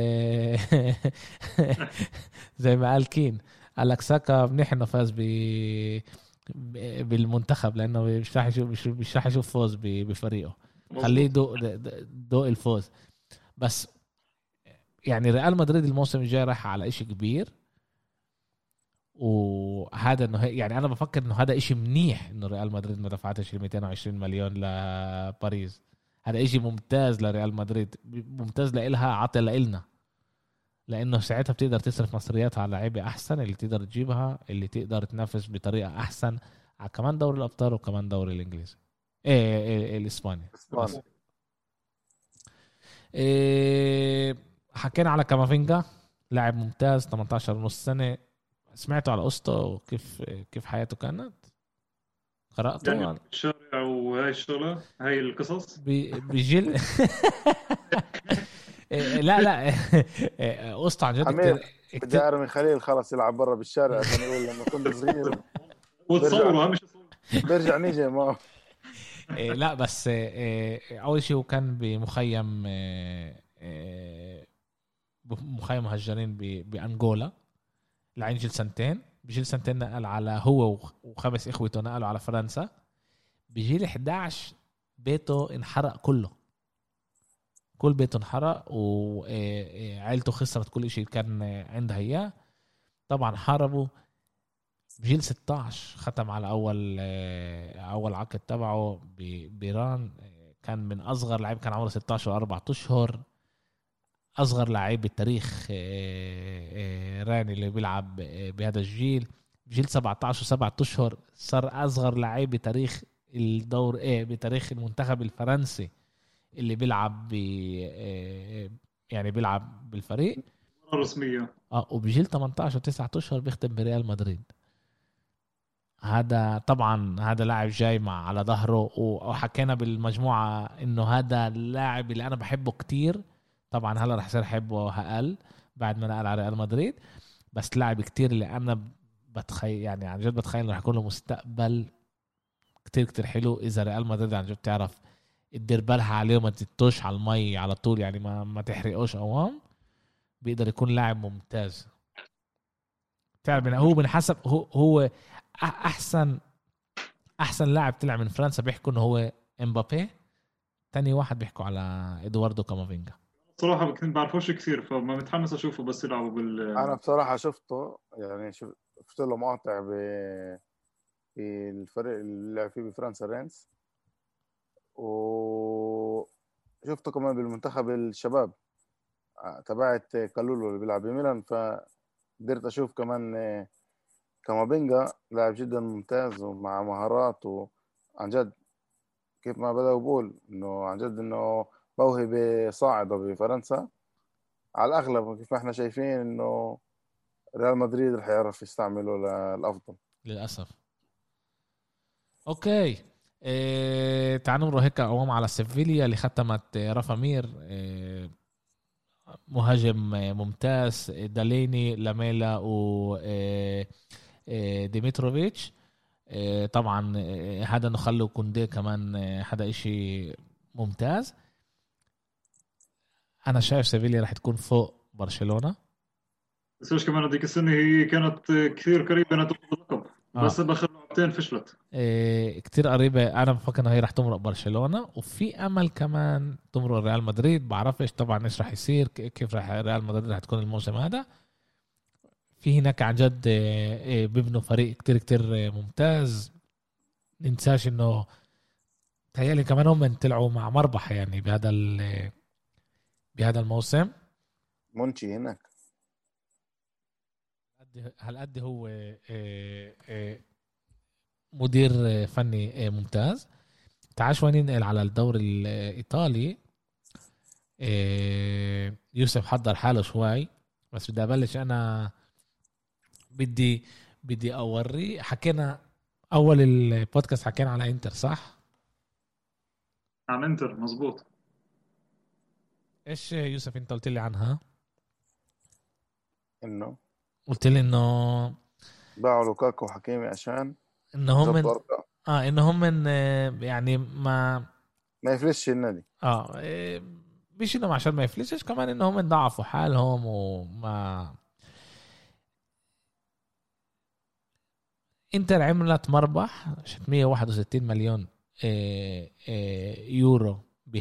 S1: زي ما قال كين، قال لك ساكا منيح انه فاز بالمنتخب لانه مش راح يشوف فوز بفريقه، خليه دوق الفوز. بس يعني ريال مدريد الموسم الجاي راح على إشي كبير، وهذا انه يعني انا بفكر انه هذا إشي منيح انه ريال مدريد ما دفعتش 220 مليون لباريس. هذا إشي ممتاز لريال مدريد، ممتاز لإلها عطى لإلنا، لانه ساعتها بتقدر تصرف مصرياتها على لعيبه احسن اللي تقدر تجيبها، اللي تقدر تنافس بطريقه احسن على كمان دوري الابطال وكمان دوري الانجليزي الاسباني. حكينا على كامافينجا لاعب ممتاز 18 ونص سنه. سمعتوا على قصته كيف حياته كانت؟ قرأته
S2: يعني الشارع وهاي الشغله هاي القصص
S1: بجل لا قصته عن جد
S3: بدي ارمي خليل خلص يلعب برا بالشارع عشان يقول لما كنت صغير
S2: وتصوروا مش
S3: بيرجع نيجي ما
S1: لا بس اول شيء هو كان بمخيم مهجرين بانغولا لعنجل سنتين. بجيل سنتين نقل على هو وخمس اخوته نقلوا على فرنسا. بجيل 11 بيته انحرق كله، كل بيته انحرق وعائلته خسرت كل شيء كان عندها اياه. طبعا حاربوا. بجيل 16 ختم على اول عقد تبعه بإيران. كان من اصغر لاعب، كان عمره 16 و4 اشهر، اصغر لاعب بالتاريخ راني اللي بيلعب بهذا الجيل. بجيل 17 و7 اشهر صار اصغر لاعب بتاريخ الدور بتاريخ المنتخب الفرنسي اللي بيلعب يعني بيلعب بالفريق
S2: رسمية.
S1: وبجيل 18 و9 اشهر بيختم بريال مدريد. هذا طبعا هذا لاعب جاي مع على ظهره، وحكينا بالمجموعة انه هذا اللاعب اللي انا بحبه كتير. طبعا هلا رح يصير حبه اقل بعد ما نقل على ريال مدريد، بس لاعب كتير اللي انا بتخيل يعني عن جد بتخيل رح يكون له مستقبل كتير كتير حلو اذا ريال مدريد عن جد تعرف تدير بالها عليه وما تتوش على المي على طول، يعني ما تحرقوش قوام، بيقدر يكون لاعب ممتاز. فعلا هو من حسب هو احسن لاعب طلع من فرنسا بيحكوا انه هو امبابي، تاني واحد بيحكوا على ادواردو كامافينجا.
S2: صراحة كنت بعرفوش كثير، فما متحمس اشوفه بس يلعبوا
S3: انا بصراحه شفته، يعني شفت له مقاطع في الفريق اللي لعب فيه بفرنسا رينس، وشفته كمان بالمنتخب الشباب تبعت كالولو اللي بيلعب بميلان، فقدرت اشوف كمان كامافينجا لاعب جدا ممتاز ومع مهارات، وعن جد كيف ما بدأ بقول انه عن جد انه موهبة صاعدة بفرنسا على الاغلب، كيف ما احنا شايفين انه ريال مدريد رح يعرف يستعمله للافضل
S1: للاسف. اوكي، تعالوا نروح هيك قوام على سيفيليا اللي ختمت رافا مير، مهاجم ممتاز، داليني لاميلا و ديمتروفيتش. طبعا هذا نخلو كوندي كمان هذا اشي ممتاز. انا شايف سيفيليا رح تكون فوق برشلونة.
S2: بس ايش كمان هذيك السنة هي كانت كثير قريبة انها تاخذ اللقب، بس باخر لعبتين فشلت.
S1: كتير قريبة. أنا بفكر إنه هي رح تمرق برشلونة، وفي أمل كمان تمرق ريال مدريد. بعرفش طبعا إيش رح يصير، كيف رح ريال مدريد رح تكون الموسم هذا. في هناك عن جد بيبنوا فريق كتير كتير ممتاز. ننساش إنه تهيألي كمان هم طلعوا مع مربح يعني بهذا الموسم.
S3: منشي هناك.
S1: هالقد هو مدير فني ممتاز. تعال شوي ننقل على الدوري الإيطالي. يوسف حضر حاله شوي، بس بدي أبلش أنا. بدي أوري. حكينا أول البودكاست حكينا على إنتر صح؟
S2: عن انتر مزبوط.
S1: إيش يوسف أنت قلت لي عنها؟
S3: انه
S1: قلت لي إنه
S3: باعوا لوكاكو وحكيمي عشان
S1: إنهم من
S3: ظبطوا ارقام
S1: إنهم من يعني
S3: ما يفلسش النادي.
S1: مش إنهم عشان ما يفلسش، كمان إنهم ضعفوا حالهم وما. انتر عملت مربح 661 مليون يورو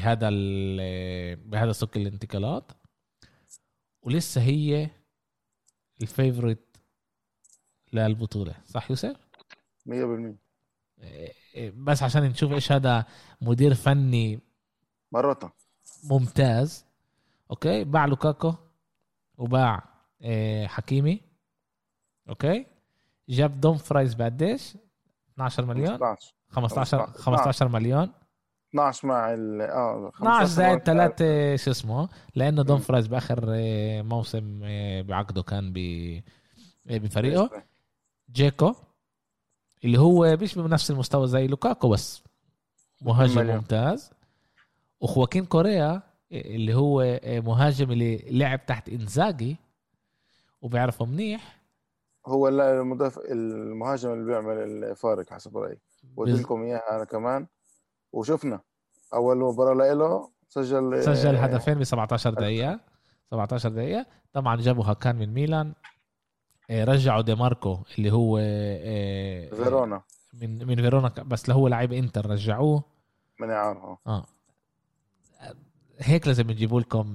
S1: بهذا سوق الانتقالات، ولسه هي الفيفوريت للبطولة. صح يوسف؟
S3: 100%.
S1: بس عشان نشوف ايش هذا مدير فني
S3: مرة
S1: ممتاز. اوكي، باع لوكاكو وباع حكيمي. اوكي، جاب دوم فرايز بقديش؟ 12 مليون 15 مليون
S3: 12 مع
S1: 12
S3: 15
S1: زائد
S3: مع
S1: 3 شو اسمه، لانه دوم
S3: مم.
S1: فرايز باخر موسم بعقده كان بفريقه. جيكو اللي هو مش بنفس المستوى زي لوكاكو بس
S3: 2
S1: مهاجم
S3: مليون.
S1: ممتاز. وخواكين كوريا اللي هو مهاجم اللي لعب تحت انزاجي وبيعرفه منيح.
S3: هو المهاجم اللي بيعمل الفارق حسب رأيي. قلت لكم اياها انا كمان، وشفنا اول مباراة له
S1: سجل هدفين ب 17 دقيقة. 17 دقيقة. طبعا جابوا هاكان من ميلان. رجعوا دي ماركو اللي هو
S3: فيرونا
S1: من فيرونا، بس اللي هو لعيب انتر رجعوه
S3: من يعرفه.
S1: هيك لازم نجيبوا لكم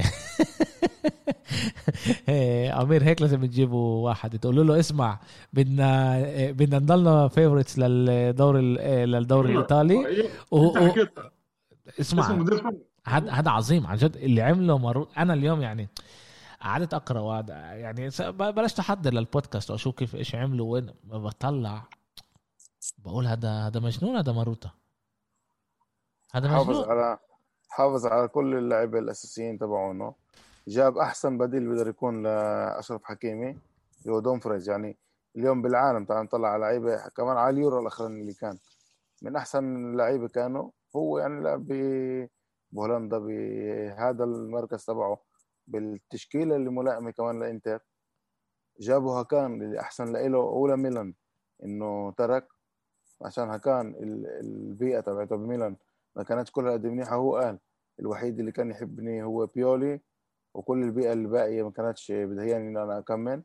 S1: امير، هيك لازم تجيبوا واحد تقولوا له اسمع بدنا نضلنا فيفوريتس للدوري الايطالي. اسمع، هذا عظيم عن جد اللي عمله انا اليوم يعني قعدت اقرا يعني بلاش تحضر للبودكاست واشوف كيف ايش عملوا، وين بطلع بقول هذا مجنون. هذا ماروتا، هذا مجنون.
S3: حافظ على كل اللاعبين الاساسيين تبعونه. جاب احسن بديل بيقدر يكون لاشرف حكيمي اللي هو دوم فريز. يعني اليوم بالعالم تعال نطلع على لعيبه كمان على اليورو الاخراني اللي كان من احسن اللعيبه كانوا، هو يعني لعب بهولندا بهذا المركز تبعه بالتشكيله اللي ملائمه كمان لانتر. جابوا هاكان اللي احسن له اولى ميلان انه ترك عشان هاكان البيئه تبعته بميلان ما كانتش كلها قد منيحة. هو قال الوحيد اللي كان يحبني هو بيولي، وكل البيئة اللي باقية ما كانتش بدهياني إن أنا أكمل.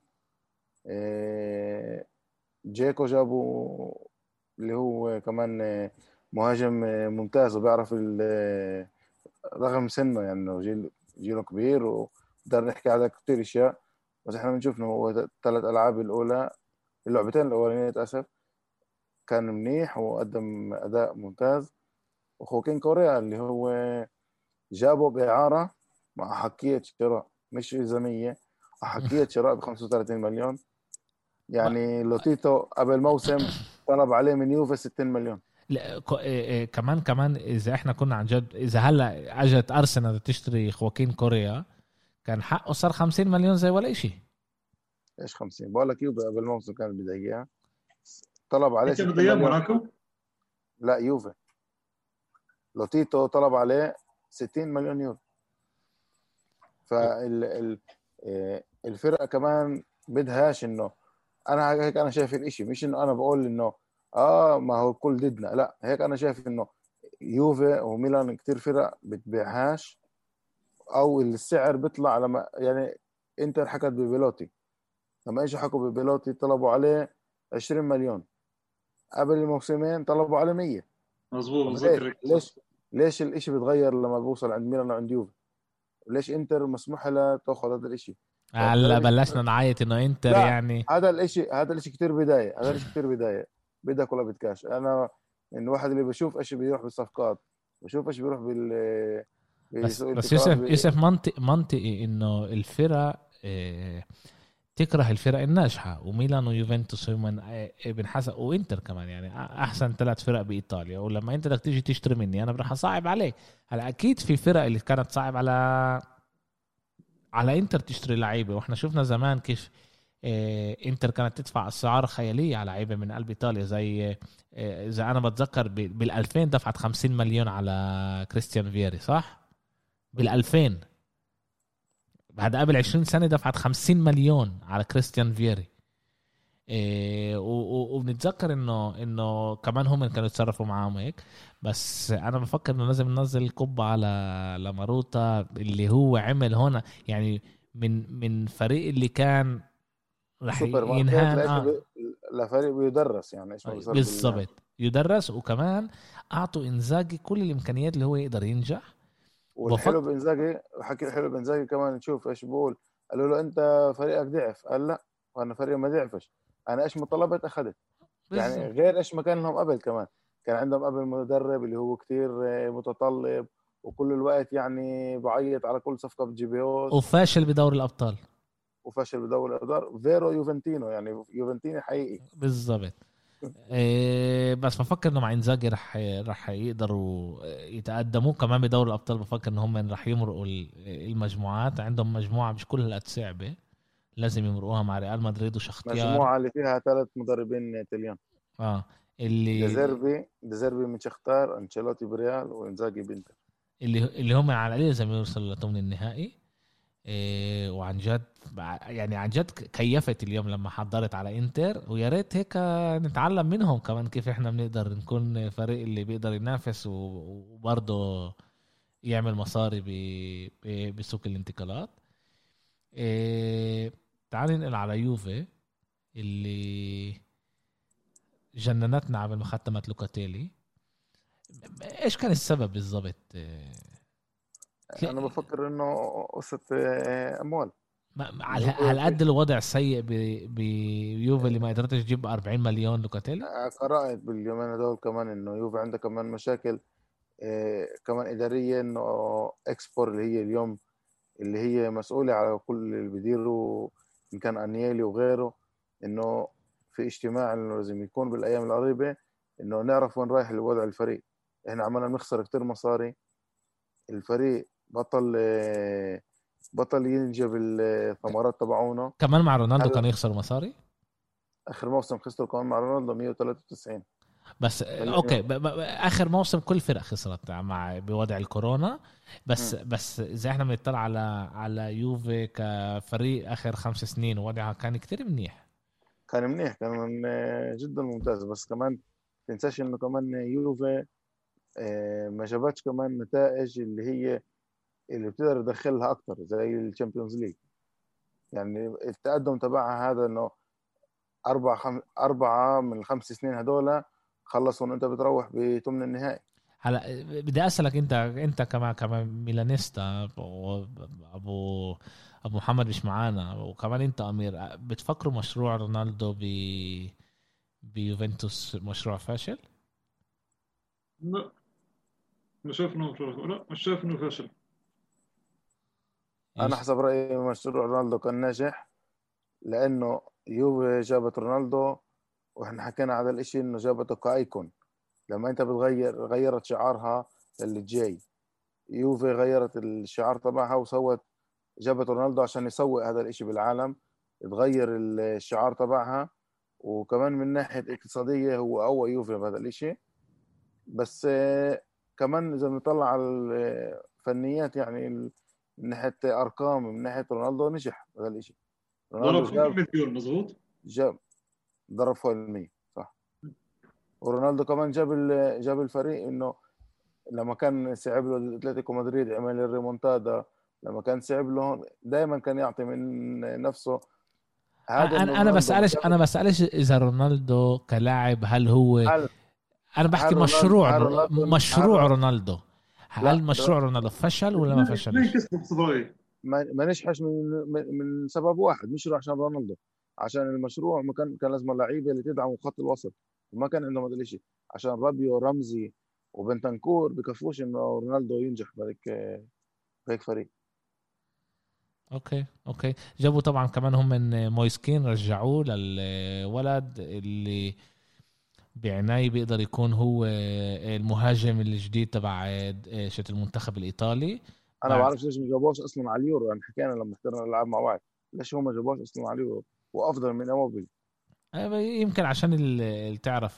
S3: جيكو جابوا اللي هو كمان مهاجم ممتاز، وبيعرف رغم سنه يعني إنه جيله كبير، وقدر نحكي على كتير أشياء. بس إحنا بنشوف إنه هو 3 ألعاب الأولى، اللعبتين الأولانية أسف، كان منيح وقدم أداء ممتاز. وخوكين كوريا اللي هو جابه بإعارة مع حكية شراء، مش إلزامية، حكية شراء ب 35 مليون. يعني لوتيتو قبل موسم طلب عليه من يوفي 60 مليون.
S1: لا كمان اذا احنا كنا عن جد، اذا هلا اجت ارسنال تشتري خواكين كوريا كان حقه صار 50 مليون زي ولا شيء.
S3: ايش 50؟ بقول لك يوفي قبل الموسم كان بده اياه، طلب عليه
S2: انت
S3: 60
S2: بده اياه
S3: مليون.
S2: موناكو؟
S3: لا يوفي، لوتيتو طلب عليه 60 مليون يورو. فالفرقه كمان بدهاش انه، انا هيك انا شايف الاشي، مش انه انا بقول انه ما هو الكل ضدنا، لا هيك انا شايف انه يوفي وميلان كتير فرق بتبيعهاش، او السعر بيطلع لما يعني انتر حكت ببيلوتي، لما اجوا حكوا ببيلوتي طلبوا عليه 20 مليون، قبل الموسمين طلبوا عليه 100.
S2: مظبوط،
S3: طب ليش
S2: بتذكر صح.
S3: ليش الاشي بيتغير لما بوصل عند ميلان وعند يوفي؟ ليش انتر مسموح لها تاخذ هذا الاشي؟
S1: هلا بلشنا نعيط انه انتر
S3: لا،
S1: يعني.
S3: هذا الاشي كتير بداية، هذا الاشي كتير بداية، بدك ولا بدكاش. انا من واحد اللي بشوف ايش بيروح بالصفقات، بشوف ايش بيروح
S1: بس
S3: بسوق
S1: بس
S3: الانتقال
S1: يوسف منطقي انه الفرق تكره الفرق الناجحة، وميلان ويوفنتوس هم بنحسب، وانتر كمان يعني احسن 3 فرق بايطاليا. ولما انت بدك تيجي تشتري مني انا راح اصعب عليك. هلا اكيد في فرق اللي كانت صعب على انتر تشتري لعيبه، واحنا شفنا زمان كيف انتر كانت تدفع اسعار خياليه على لعيبه من قلب ايطاليا، زي اذا انا بتذكر بال2000 دفعت 50 مليون على كريستيان فيري، صح؟ بال2000 بعد قبل 20 سنه دفعت 50 مليون على كريستيان فيري. وبنتذكر انه كمان هم كانوا يتصرفوا معاهم هيك. بس انا بفكر انه لازم ننزل القبة على لاماروتا اللي هو عمل هنا، يعني من فريق اللي كان رح
S3: سوبر ماركت
S1: ينهان
S3: لفريق بيدرس، يعني ايش ما بيصير
S1: بالضبط يدرس. وكمان اعطوا انزاجي كل الامكانيات اللي هو يقدر ينجح.
S3: والحلو بنزاجي، حكي الحلو بنزاجي كمان، نشوف ايش بقول. قالوا له انت فريقك ضعف، قال لا انا فريق ما ضعفش، انا ايش ما طلبت اخذت. يعني
S1: بالضبط
S3: غير ايش ما كان لهم قبل، كمان كان عندهم قبل مدرب اللي هو كتير متطلب، وكل الوقت يعني بعيط على كل صفقه بتجيبهوش،
S1: وفاشل بدوري الابطال،
S3: وفشل بدوري الابطال. فيرو يوفنتينو، يعني يوفنتيني حقيقي.
S1: بالضبط. بس بفكر انه مع انزاجي رح يقدروا يتقدموا كمان بدوري الابطال. بفكر ان هم رح يمرقوا المجموعات، عندهم مجموعه مش كل هالقد صعبه، لازم يمرقوها مع ريال مدريد وشختيار.
S3: مجموعه اللي فيها 3 مدربين ايطاليان،
S1: اه اللي
S3: ديزيربي من شختار، انشيلوتي بريال، وانزاجي بنتر.
S1: اللي هم على القليل لازم يوصلوا لثمن النهائي. وعن جد يعني عن جد كيفت اليوم لما حضرت على انتر، ويا ريت هيك نتعلم منهم كمان كيف احنا بنقدر نكون فريق اللي بيقدر ينافس وبرضه يعمل مصاري بسوق الانتقالات. تعال ننقل على يوفي اللي جننتنا قبل ما ختمت لوكاتيلي. ايش كان السبب بالضبط؟
S3: انا بفكر انه قصه اموال.
S1: على قد الوضع السيء بيوفي اللي ما قدرتش تجيب 40 مليون لوكاتيلي.
S3: قرأت باليومين هذول كمان انه يوفي عنده كمان مشاكل كمان اداريه، انه اكسبور اللي هي اليوم اللي هي مسؤوله على كل اللي بيديروا، ان كان انيلي وغيره، انه في اجتماع انه لازم يكون بالايام القريبه انه نعرف وين رايح الوضع الفريق. احنا عمالنا نخسر كتير مصاري، الفريق بطل ينجب الثمرات تبعونه.
S1: كمان مع رونالدو كان يخسر مصاري.
S3: اخر موسم خسروا كمان مع رونالدو 193
S1: بس اوكي اخر موسم كل فرق خسرت مع بوضع الكورونا. بس اذا احنا بنطلع على يوفي كفريق اخر 5 سنين وضعها كان كتير منيح،
S3: كان جدا ممتاز. بس كمان تنساش انه كمان يوفي ما جابتش كمان نتائج اللي هي اللي بتقدر تدخلها اكتر زي الشامبيونز ليج. يعني التقدم تبعها هذا انه أربعة من الخمس سنين هدول خلصوا إن أنت بتروح بثمن النهائي.
S1: هلا بدي اسالك انت كمان ميلانيستا، ابو محمد مش معانا، وكمان انت امير، بتفكروا مشروع رونالدو بيوفنتوس مشروع فاشل؟
S2: لا مش شايف انه فاشل.
S3: أنا حسب رأيي مشروع رونالدو كان ناجح، لأنه يوفي جابت رونالدو، وإحنا حكينا على الإشي إنه جابته كايكون. لما أنت غيرت شعارها للي جاي. يوفي غيرت الشعار تبعها جابت رونالدو عشان يسوق هذا الإشي بالعالم، تغير الشعار تبعها. وكمان من ناحية اقتصادية هو قوى يوفي بهذا الإشي. بس كمان إذا بنطلع على الفنيات، يعني من ناحية أرقام، من ناحية رونالدو نجح بهذا الإشي.
S2: ضرب
S3: رونالدو
S2: فوق المليون مظبوط.
S3: ضرب فوق 100 صح. ورونالدو كمان جاب الفريق إنه لما كان صعب له اتلتيكو مدريد عمل الريمونتادا. لما كان صعب له دائما كان يعطي من نفسه. هذا انه
S1: انا بسالش اذا رونالدو كلاعب هل هو
S3: هل
S1: انا بحكي مشروع رونالدو. هل مشروع رونالدو فشل ولا ما فشلش؟
S2: مين كسب بصراحه؟
S3: ما نجحش من سبب واحد، مش عشان رونالدو. عشان المشروع ما كان لازم اللعيبه اللي تدعم خط الوسط، وما كان عندهم هذا الشيء. عشان رابيو ورمزي وبنتنكور بكفوش انه رونالدو ينجح بهيك فريق.
S1: اوكي جابوا طبعا كمان هم من مويسكين، رجعوه للولد اللي بعناي بيقدر يكون هو المهاجم الجديد تبع شت المنتخب الإيطالي.
S3: انا ما بعرفش ليش ما جابوش اصلا على اليورو. يعني حكينا لما احترنا نلعب مع بعض، ليش هم ما جابوش اصلا على اليورو وافضل من اموبيل؟
S1: يمكن عشان تعرف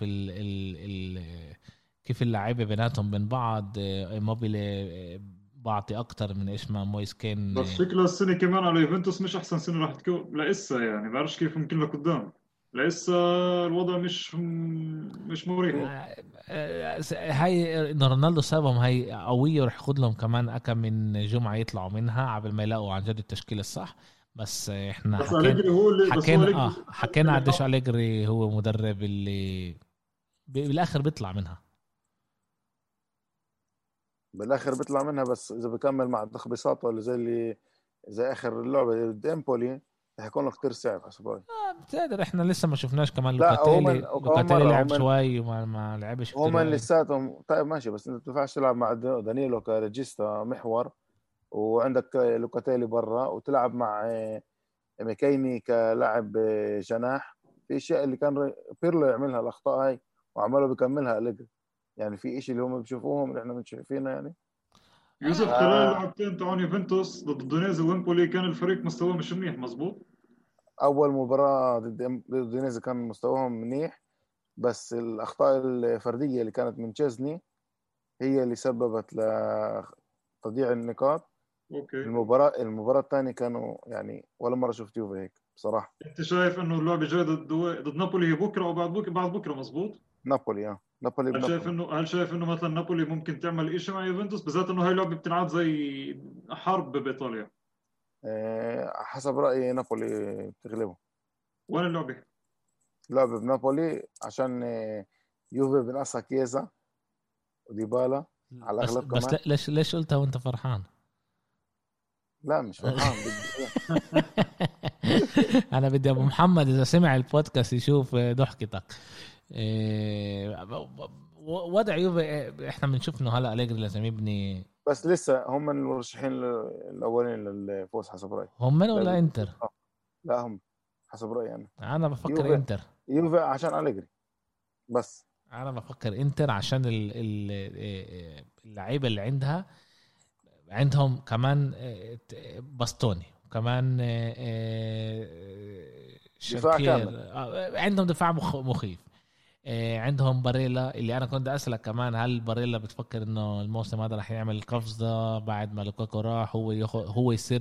S1: كيف اللعيبه بيناتهم بين بعض. موبيل بعطي اكتر من ايش ما مويسكين.
S2: بس شكله السنه كمان على يوفنتوس مش احسن سنه راح تكون لسه، يعني بعرفش كيف ممكن لقدام. لسه الوضع مش مريح.
S1: هاي رونالدو سابهم هاي قويه، ورح ياخذ لهم كمان أكم من جمعه يطلعوا منها قبل ما يلاقوا عن جد التشكيله الصح. بس احنا حكينا قديش أليجري هو مدرب اللي بالاخر بيطلع منها.
S3: بس اذا بكمل مع تخبيصاته اللي زي اخر اللعبه ديمبولي حيكون له كثير صعب حسب رايي.
S1: بتقدر احنا لسه ما شفناش كمان لوكاتيلي لعب شوي وما لعبش.
S3: هم لساتهم طيب ماشي، بس انت ما بتنفعش تلعب مع دانيلو كريجيستا محور، وعندك لوكاتيلي برا، وتلعب مع ميكيني كلاعب جناح. في اشياء اللي كان بيرلو يعملها الاخطاء هاي وعماله بيكملها أليجري. يعني في اشي اللي هم بيشوفوهم اللي احنا مش شايفينه. يعني
S2: يوسف خلال اللعبتين تاعون يوفنتوس ضد دونيزي وامبولي كان الفريق مستواه مش منيح مظبوط.
S3: اول مباراه ضد دونيزي كان مستواهم منيح، بس الاخطاء الفرديه اللي كانت من تشيزني هي اللي سببت لتضييع النقاط.
S2: اوكي.
S3: المباراه الثانيه كانوا يعني ولا مره شفت يوفي هيك بصراحه.
S2: انت شايف انه اللعبه جايه ضد نابولي هي بكره وبعد بكره مظبوط؟
S3: نابولي
S2: هل شايف انه مثلا نابولي ممكن تعمل شيء مع يوفنتوس، بالذات انه هاي لعبه بتنعاد زي حرب بايطاليا؟
S3: حسب رايي نابولي بتغلبه.
S2: وين اللعبه؟
S3: لعبه بنابولي عشان يوفي بنقصها كيزا وديبالا على الاغلب.
S1: بس ليش قلتها وانت فرحان؟
S3: لا مش فرحان.
S1: انا بدي ابو محمد اذا سمع البودكاست يشوف ضحكتك. وضع يوفي احنا بنشوف انه هلا أليجري لازم يبني،
S3: بس لسه هم المرشحين الاولين للفوز حسب رايي.
S1: هم من ولا انتر؟
S3: لا هم حسب رايي.
S1: انا بفكر انتر.
S3: يوفي عشان أليجري، بس
S1: انا بفكر انتر عشان اللعيبه اللي عندهم كمان باستوني، كمان
S3: دفاع كامل.
S1: عندهم دفاع مخيف. عندهم باريلا اللي انا كنت اسالك كمان، هل باريلا بتفكر انه الموسم هذا رح يعمل قفزه بعد ما لوكاكو راح هو يصير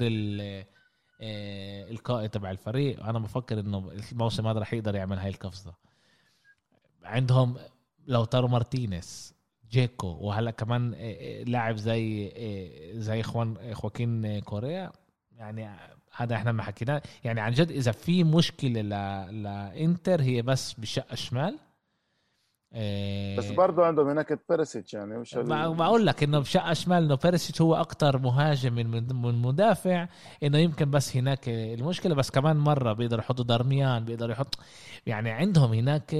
S1: القائد تبع الفريق؟ انا بفكر انه الموسم هذا رح يقدر يعمل هاي القفزه. عندهم لوتارو مارتينيز جيكو، وهلا كمان لاعب زي خواكين كوريا. يعني هذا احنا ما حكينا يعني عن جد. اذا في مشكله لانتر هي بس بالشق الشمال.
S3: بس برضو عندهم هناك بيرسيتش، يعني مش
S1: بقول لك انه بشق شمال انه بيرسيتش هو اكتر مهاجم من مدافع، انه يمكن بس هناك المشكله. بس كمان مره بيقدر يحطوا دارميان، بيقدر يحط يعني عندهم هناك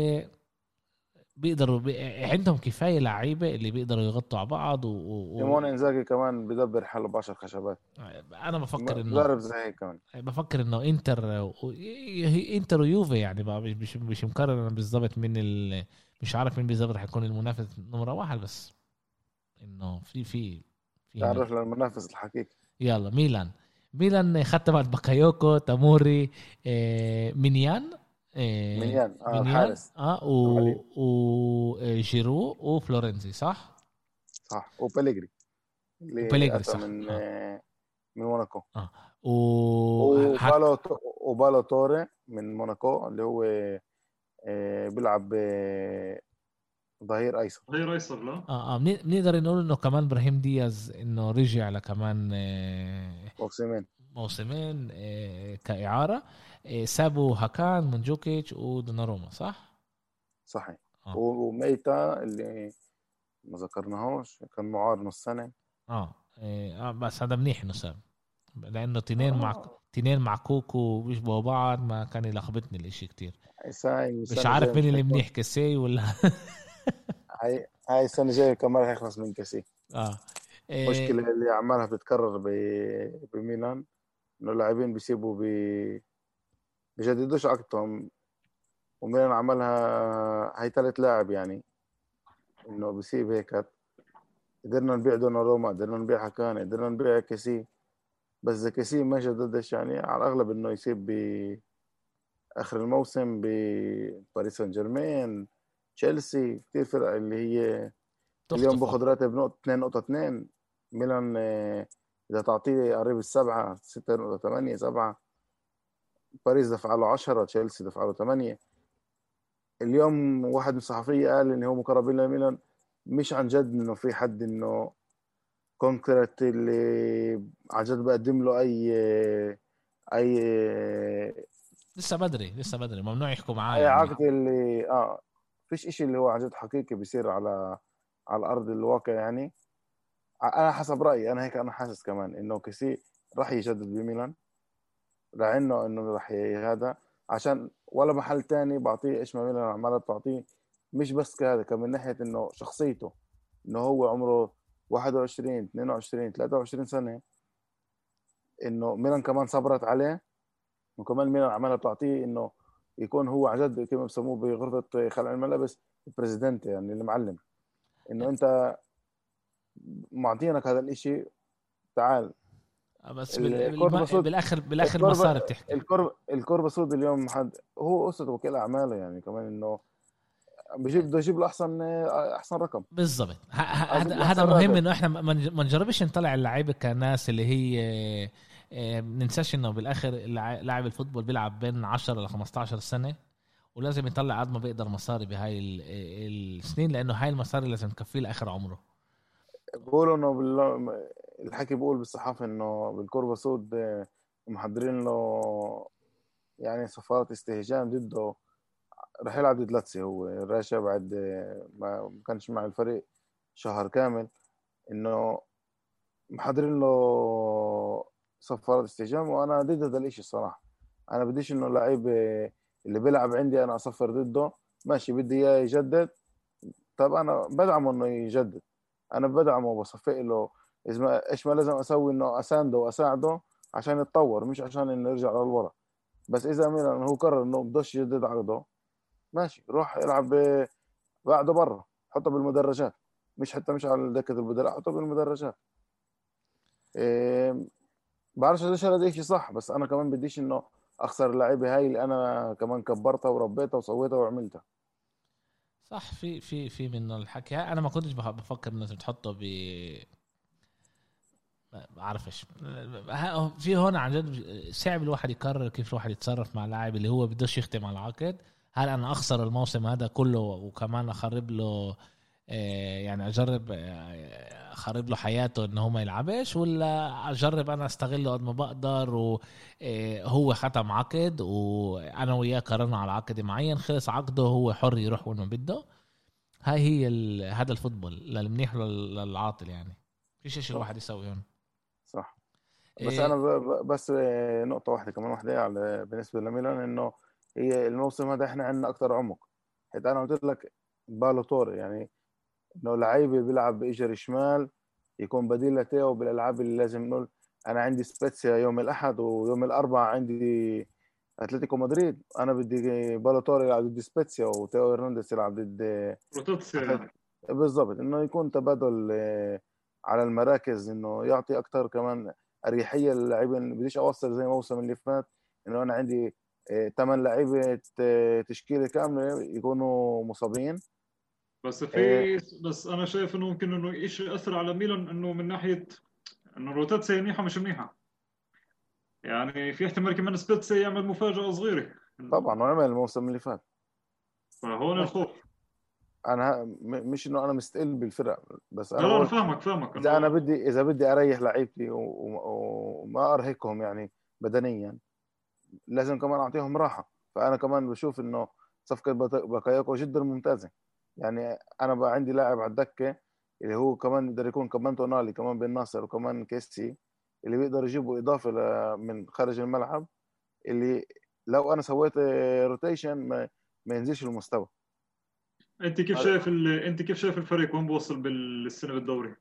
S1: عندهم كفايه لعيبه اللي بيقدروا يغطوا على بعض
S3: سيمون انزاجي كمان بدبر حاله ب10 خشبات.
S1: انا بفكر انه
S3: مدرب زي هيك كمان.
S1: بفكر انه انتر ويوفي يعني مش مقرر بالضبط مش عارف مين بالضبط حيكون المنافس نمرة 1، بس انه في
S3: تعرف للمنافس الحقيقي.
S1: يلا ميلان ختم على بكايوكو، تاموري، مينيان
S3: الحارس
S1: وجيرو وفلورنزي صح
S3: وبيليجري اللي
S1: صح
S3: من موناكو
S1: وبالو
S3: وبالو توري من موناكو اللي هو بيلعب ظهير ايسر
S2: لا
S1: بنقدر نقول انه كمان ابراهيم دياز انه رجع لكمان موسمين كإعارة. سابوا هاكان منجوكيتش ودوناروما صحيح.
S3: وميتا اللي ما ذكرناهوش كان معار نص سنة
S1: بس هذا منيح انه ساب، لانه تنين مع كوكو بيشبهوا بعض، ما كان يلخبطني الاشي كتير. مش عارف مين اللي منيح كسي ولا
S3: هاي السنة الجاية كمان رح يخلص من كسي. مشكلة اللي عمالها بتتكرر بميلان انه اللاعبين بيسيبوا بيجددوش عقدهم، وميلان عملها هاي 3 لاعب يعني انه بيسيب هيك. قدرنا نبيع دوناروما، قدرنا نبيع هاكان، قدرنا نبيع كسي، بس كسي ما جددش يعني على الاغلب انه يسيب باخر الموسم بباريس سان جيرمان، تشيلسي، كتير فرق اللي هي اليوم باخذ راتب 2.2. ميلان اذا تعطيه قريب 7 6.8 7. باريس دفع له 10، تشيلسي دفع له 8. اليوم واحد من الصحفيه قال ان هو مقربين لميلان، مش عن جد انه في حد انه كونكريت اللي عن جد بقدم له اي
S1: لسه بدري ممنوع يحكوا معاه
S3: اي عقد اللي فيش اشي اللي هو عن جد حقيقي بيصير على ارض الواقع. يعني انا حسب رايي انا هيك، انا حاسس كمان انه كسي راح يجدد بميلان، انه راح هذا عشان ولا محل تاني بعطيه ايش ما ميلان عماله تعطيه. مش بس كهذا، كمان من ناحيه انه شخصيته، انه هو عمره 21 22 23 سنه، انه ميلان كمان صبرت عليه، وكمان ميلان عماله تعطيه انه يكون هو عن جد كما بسموه بغرفه خلع الملابس البريزيدنت، يعني المعلم، انه انت معطينك هذا الاشي تعال.
S1: بس بالاخر المصاري بتحكي.
S3: الكوربا سود اليوم هو قصة وكيل اعماله، يعني كمان انه بده يجيب له احسن رقم
S1: بالضبط. هذا مهم انه احنا ما نجربش نطلع اللعيبه كناس اللي هي ننساش انه بالاخر لاعب الفوتبول بيلعب بين 10 ل 15 سنه، ولازم يطلع قد ما بيقدر مصاري بهاي السنين، لانه هاي المصاري لازم تكفيه لاخر عمره.
S3: بقولوا انه الحكي بقول بالصحافه انه بالكوربا سود محضرين له يعني صفارة استهجان ضده، رح يلعب ضد لاتسي. هو الراشا بعد ما كانش مع الفريق شهر كامل، انه محضرين له صفارة استهجان، وانا ضد هذا الاشي الصراحه. انا بديش انه لعيب اللي بيلعب عندي انا اصفر ضده. ماشي بدي اياه يجدد، طب انا بدعمه انه يجدد، انا بدعمه وبصفق له ايش ما لازم اسوي انه اسانده واساعده عشان يتطور، مش عشان انه يرجع للورا. بس اذا ميلان هو قرر انه بدوش يجدد عقده، ماشي روح العب بعده برا، حطه بالمدرجات، مش على دكه البدلاء، حطه بالمدرجات. بعرفش ليش هذا شيء صح، بس انا كمان بديش انه اخسر اللعيبه هاي اللي انا كمان كبرتها وربيتها وسويتها وعملتها.
S1: صح. في منه الحكي. انا ما كنتش بفكر انه تحطه ما بعرفش. في هون عن جد صعب الواحد يقرر كيف الواحد يتصرف مع لاعب اللي هو بدوش يختم على العقد. هل انا اخسر الموسم هذا كله وكمان اخرب له يعني اجرب خرب له حياته انه هو ما يلعبش، ولا اجرب انا استغله قد ما بقدر، وهو ختم عقد وانا وياه قررنا على عقد معين، خلص عقده هو حر يروح وين ما بده. هاي هي هذا الفوتبول للمنيح للعاطل، يعني فيش شيء
S3: صح
S1: الواحد يسوي هون.
S3: صح. بس انا
S1: إيه.
S3: بس نقطه واحده كمان واحده على بالنسبه لميلان، انه هي الموسم هذا احنا عندنا اكثر عمق. حتى انا قلت لك بالوتوري، يعني انه لعيبه بيلعب باجر شمال يكون بديل لتيو بالالعاب اللي لازم نقول. انا عندي سبيتسيا يوم الاحد، ويوم الاربعاء عندي اتلتيكو مدريد، انا بدي بالوتوري يلعب ضد سبيتسيا وتيو هرنانديز يلعب ضد
S2: روتاتسيا
S3: أتلت...
S2: يعني.
S3: بالضبط، انه يكون تبادل على المراكز، انه يعطي اكثر كمان اريحيه للاعبين. بديش اوصل زي الموسم اللي فات انه انا عندي 8 لعيبه تشكيله كامله يكونوا مصابين.
S2: بس انا شايف انه ممكن انه شيء ياثر على ميلان، انه من ناحيه انه روتاتسيا منيحه مش منيحه. يعني في احتمال كمان سبيتسيا يعمل مفاجاه صغيره.
S3: طبعا وعمل الموسم اللي فات.
S2: فهون
S3: ماشي.
S2: الخوف.
S3: انا مش انه انا مستقل بالفرق، بس
S2: لا
S3: انا
S2: لا انا
S3: بقول
S2: فاهمك
S3: اذا
S2: انه
S3: بدي اريح لعيبتي وما ارهقهم يعني بدنيا، لازم كمان اعطيهم راحه. فانا كمان بشوف انه صفقه باكايوكو جدا ممتازه. يعني انا بقى عندي لاعب على الدكه اللي هو كمان يقدر يكون كمان تونالي كمان بن ناصر وكمان كيسي، اللي بيقدر يجيبوا اضافه من خارج الملعب، اللي لو انا سويت روتيشن ما ينزلش المستوى.
S2: انت كيف شايف الفريق وين بوصل بالسنه بالدوري؟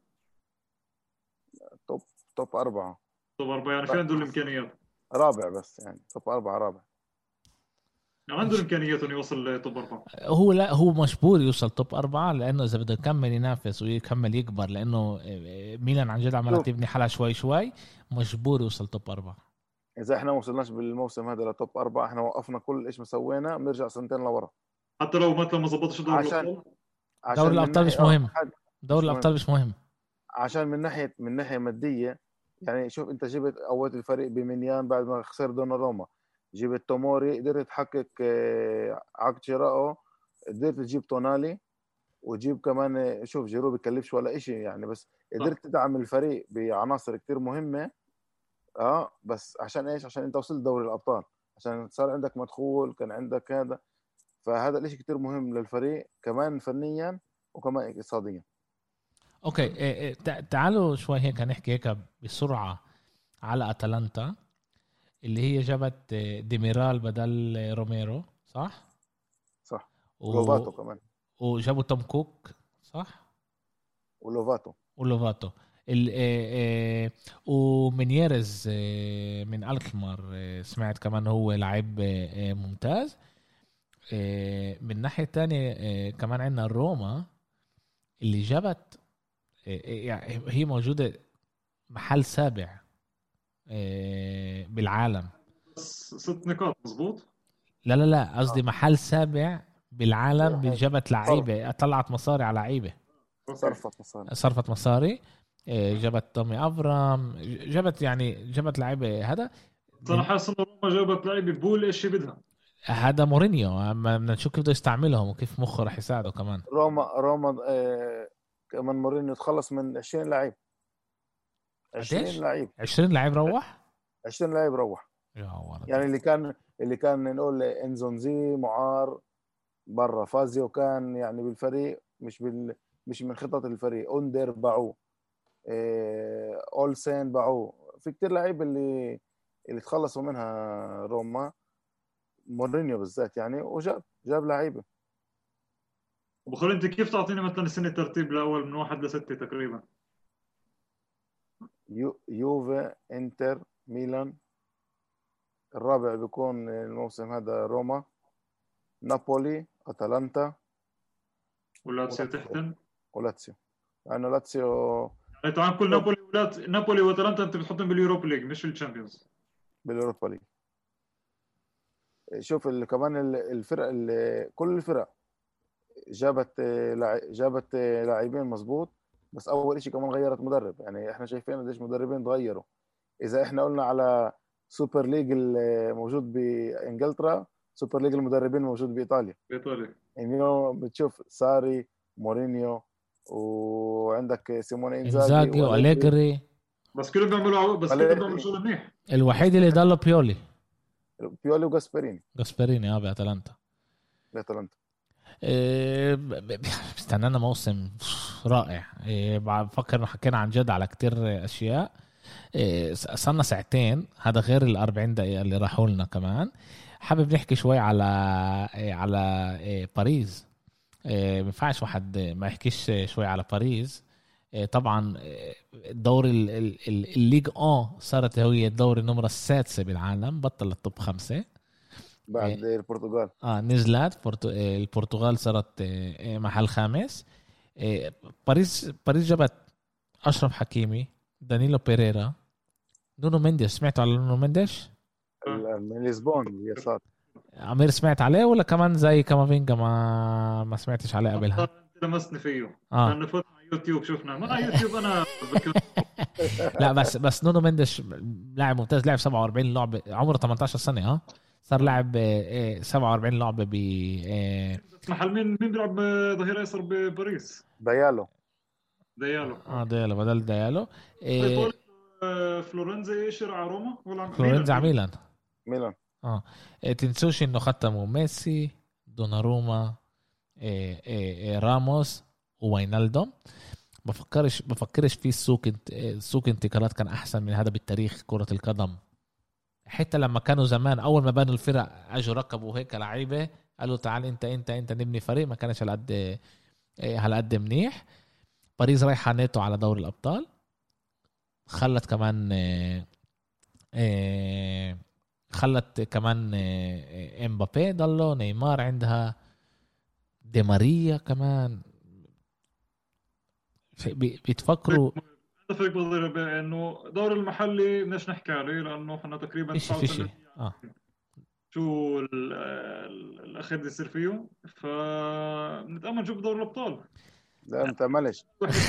S3: توب توب اربعه.
S2: طب أربعة، يعني في عنده الامكانيات.
S3: رابع، بس يعني توب اربعه رابع.
S2: يعني عنده الامكانيات انه يوصل لتوب اربعه.
S1: هو لا، هو مجبور يوصل توب أربعة، لأنه إذا بده يكمل ينافس ويكمل يكبر، لأنه ميلان عن جد عمالة
S3: شوف،
S1: تبني حالها شوي شوي، مجبور يوصل توب أربعة.
S3: اذا احنا ما وصلناش بالموسم هذا لتوب اربعه، احنا وقفنا كل ايش ما سوينا، بنرجع سنتين لورا.
S2: حتى لو مثلا ما ظبطش دوري
S3: عشان
S2: الابطال.
S3: عشان
S1: دوري
S3: من
S1: الأبطال
S3: ناحيه
S1: مش مهم. دوري
S3: مش مهم.
S1: الأبطال مش مهم.
S3: عشان من ناحيه ماديه. يعني شوف، انت جبت قوات الفريق بمنيان بعد ما خسر روما، جبت توموري قدرت تحقق عقد شرائه، قدرت تجيب تونالي، وتجيب كمان شوف جيرو بكلفش ولا شيء يعني، بس
S2: صح.
S3: قدرت تدعم الفريق بعناصر كتير مهمه. بس عشان ايش؟ عشان انت وصلت دوري الابطال، عشان صار عندك مدخول، كان عندك هذا. فهذا الاشي كتير مهم للفريق كمان فنيا وكمان اقتصاديا.
S1: أوكي. تعالوا شوي هيك نحكي هيك بسرعة على أتلانتا، اللي هي جابت ديميرال بدل روميرو، صح؟
S3: صح.
S1: و...
S3: ولوفاتو كمان.
S1: وجابوا توم كوك، صح؟
S3: ولوفاتو.
S1: ولوفاتو ومنيرز من الكمار، سمعت كمان هو لعيب ممتاز. من ناحية تانية كمان عندنا روما اللي جابت يعني هي موجودة محل سابع بالعالم.
S2: بس 6 نقاط مزبوط.
S1: لا لا لا، قصدي محل سابع بالعالم، جابت
S3: صرف
S1: لعيبة، طلعت مصاري على لعيبة،
S2: اوكي.
S3: صرفت مصاري.
S1: صرفت مصاري. جابت تومي افرام، جابت يعني جابت لعيبة هذا.
S2: بس انا حاسس انه روما جابت لعيبه بقول ايش بدها.
S1: هذا مورينيو، اما بدنا نشوف كيف بده يستعملهم وكيف مخه رح يساعده كمان.
S3: روما كمان مورينيو تخلص من 20 لعيب. 20
S1: قديش؟
S3: لعيب.
S1: 20 لعيب روح.
S3: 20 لعيب روح.
S1: يا ولد.
S3: يعني اللي كان نقول انزونزي معار برا، فازيو كان يعني بالفريق، مش من خطط الفريق. اوندر باعوه، اولسين باعوه، في كتير لعيب اللي تخلصوا منها روما، مورينيو بالذات يعني، جاب لعيبه.
S2: وبخلي انت كيف تعطيني مثلا السنه الترتيب الاول من 1 ل6 تقريبا؟
S3: يوفي، انتر، ميلان. الرابع بيكون الموسم هذا روما، نابولي، اتلانتا،
S2: ولا تصير
S3: ولاتسيو.
S2: تحتن؟
S3: ولاتسيو لانه لاتسيو
S2: يعني طبعا كل
S3: توب
S2: نابولي واتلانتا انت بتحطهم باليوروبا ليج مش في الشامبيونز.
S3: بالاوروبا ليج. شوف كمان الفرق كل الفرق جابت لاعبين مظبوط. بس اول شيء كمان غيرت مدرب. يعني احنا شايفين قديش مدربين تغيروا. اذا احنا قلنا على سوبر ليج الموجود بانجلترا، سوبر ليج المدربين موجود بايطاليا.
S2: بايطاليا.
S3: يعني بتشوف ساري، مورينيو، وعندك سيمون
S1: انزاجي واليجري.
S2: بس كلهم بيعملوا شغل منيح.
S1: الوحيد اللي ضل بيولي
S3: وجاسبريني
S1: بأتلانتا. استنانا موسم رائع. بفكر انه حكينا عن جد على كتير اشياء. صرنا ساعتين، هذا غير ال40 دقيقة اللي راحوا لنا كمان. حابب نحكي شوي على باريس. ما ينفعش واحد ما يحكيش شوي على باريس. طبعا الدوري الليج صارت هي الدوري النمرة 6 بالعالم، بطل التوب 5
S3: بعد البرتغال.
S1: نزلت البرتغال صارت محل 5. باريس جابت أشرف حكيمي، دانيلو بيريرا، نونو مينديش. سمعتوا على نونو مينديش
S3: من لشبونة اليسار؟
S1: عمير سمعت عليه ولا كمان زي كامافينجا ما سمعتش عليه قبلها؟
S2: لمسني فيه لأنه فوت على يوتيوب، شفنا مع يوتيوب أنا
S1: لا بس نونو مينديش لاعب ممتاز، لعب 47 لعبة، عمره 18 سنة. صار لاعب 47 لعبة
S2: محل مين بيلعب ظهير ايسر بباريس؟
S3: ديالو
S1: ديالو بدل ديالو.
S2: فلورنزي شرع روما ولا
S1: فلورنزي ميلان.
S2: تنسوش
S1: انه ختموا ميسي، دوناروما، راموس ووينالدوم. بفكرش في سوق انتقالات كان احسن من هذا بالتاريخ كرة القدم. حتى لما كانوا زمان اول ما بنوا الفرق اجوا ركبوا هيك لعيبه، قالوا تعال انت نبني فريق. ما كانش هالقد منيح. باريس رايحه نيتو على دوري الابطال. خلت كمان امبابي ضلوا، نيمار عندها، دي ماريا كمان. بيتفكروا
S2: فريق بضير انه دور المحلي بدناش نحكي عليه لانه احنا تقريبا
S1: فيشي.
S2: شو الاخير اللي يصير فيه، فنتامل نشوف دور الابطال.
S3: لا انت مالش.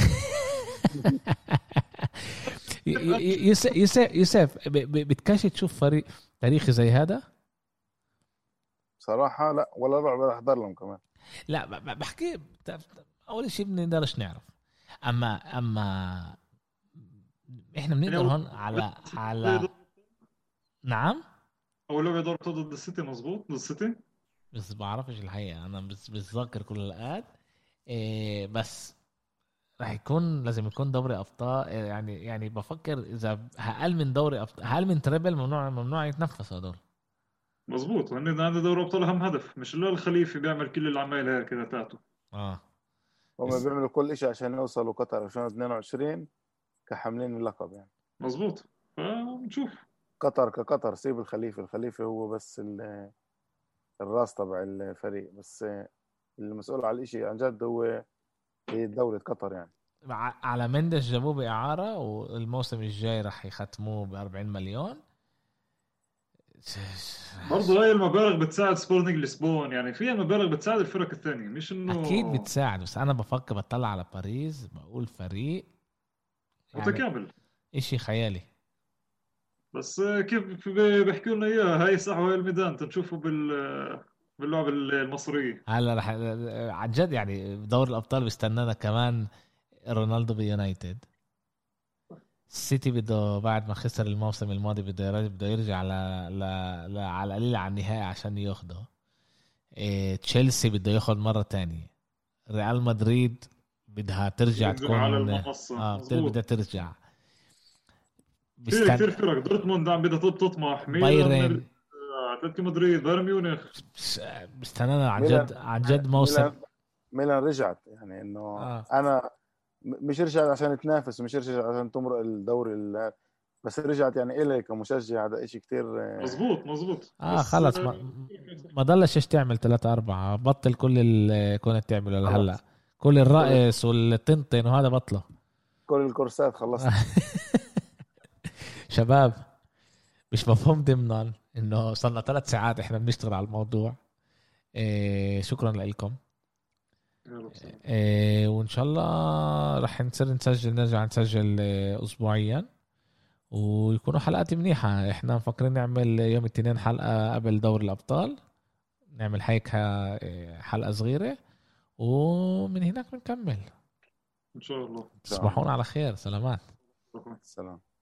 S1: يوسف بتكاش تشوف فريق تاريخي زي هذا؟
S3: صراحة لا، ولا رعب احضر لهم كمان.
S1: لا بحكي اول شيء بنقدرش نعرف. اما احنا بنقدر هون على نعم.
S2: اول لعبة دور ضد السيتي، مزبوط ضد السيتي،
S1: بس بعرفش الحقيقة. انا بتذكر كل الأوقات. بس راح لازم يكون دوري ابطال. يعني بفكر اذا اقل من دوري ابطال، اقل من تريبل ممنوع يتنفسوا هذول.
S2: مزبوط، لان عنده دوري ابطال اهم هدف، مش اللي الخليفي بيعمل كل العمايل هاي كده تاعته.
S3: هم بيعملوا كل شيء عشان يوصلوا قطر 2022 كحاملين اللقب يعني.
S2: مزبوط، فنشوف.
S3: قطر كقطر، سيب الخليفي هو بس الراس تبع الفريق، بس المسؤول على الاشي عن جد هو دولة قطر يعني.
S1: على مندش جابوه بإعارة، والموسم الجاي راح يختموه ب40 مليون.
S2: برضه هاي المبالغ بتساعد سبورتنج لشبون، يعني فيها مبالغ بتساعد الفرق الثانية، مش انه
S1: اكيد بتساعد. بس انا بطلع على باريس بقول فريق
S2: متكامل يعني
S1: اشي خيالي.
S2: بس كيف بيحكوا لنا اياها هاي صح، وهاي الميدان تنشوفه باللعبة المصرية.
S1: هلا رح عن جد يعني دور الابطال بيستنانا كمان. رونالدو بيونايتد. السيتي بده بعد ما خسر الموسم الماضي بده يرجع على القليل على النهائي عشان ياخده. تشيلسي بده ياخد مرة تانية. ريال مدريد بدها ترجع تكون
S2: على المنصة.
S1: بدها ترجع.
S2: كثير فرق. دورتموند عم بدها تطمح.
S1: بايرن،
S2: اتلتيكو مدريد، بايرن ميونخ.
S1: بستنانا عن جد موسم.
S3: ميلان رجعت يعني انه انا مش رجعت عشان تنافس، ومش رجعت عشان تمرق الدوري بس رجعت يعني إلي كمشجع. هذا إشي كتير
S2: مزبوط.
S1: خلص ما ضلش ايش تعمل 3-4. بطل كل اللي كنت تعمله لهلا. كل الرأس والتنطن وهذا بطله.
S3: كل الكورسات خلصت.
S1: شباب مش مفهوم ضمنا انه صلنا 3 ساعات احنا بنشتغل على الموضوع. شكرا لكم. وإن شاء الله رح نرجع نسجل أسبوعيا، ويكونوا حلقات منيحة. إحنا مفكرين نعمل يوم الاثنين حلقة قبل دور الأبطال، نعمل حلقة صغيرة، ومن هناك بنكمل.
S2: ان شاء الله.
S1: تصبحون على خير. سلامات.
S3: سلام.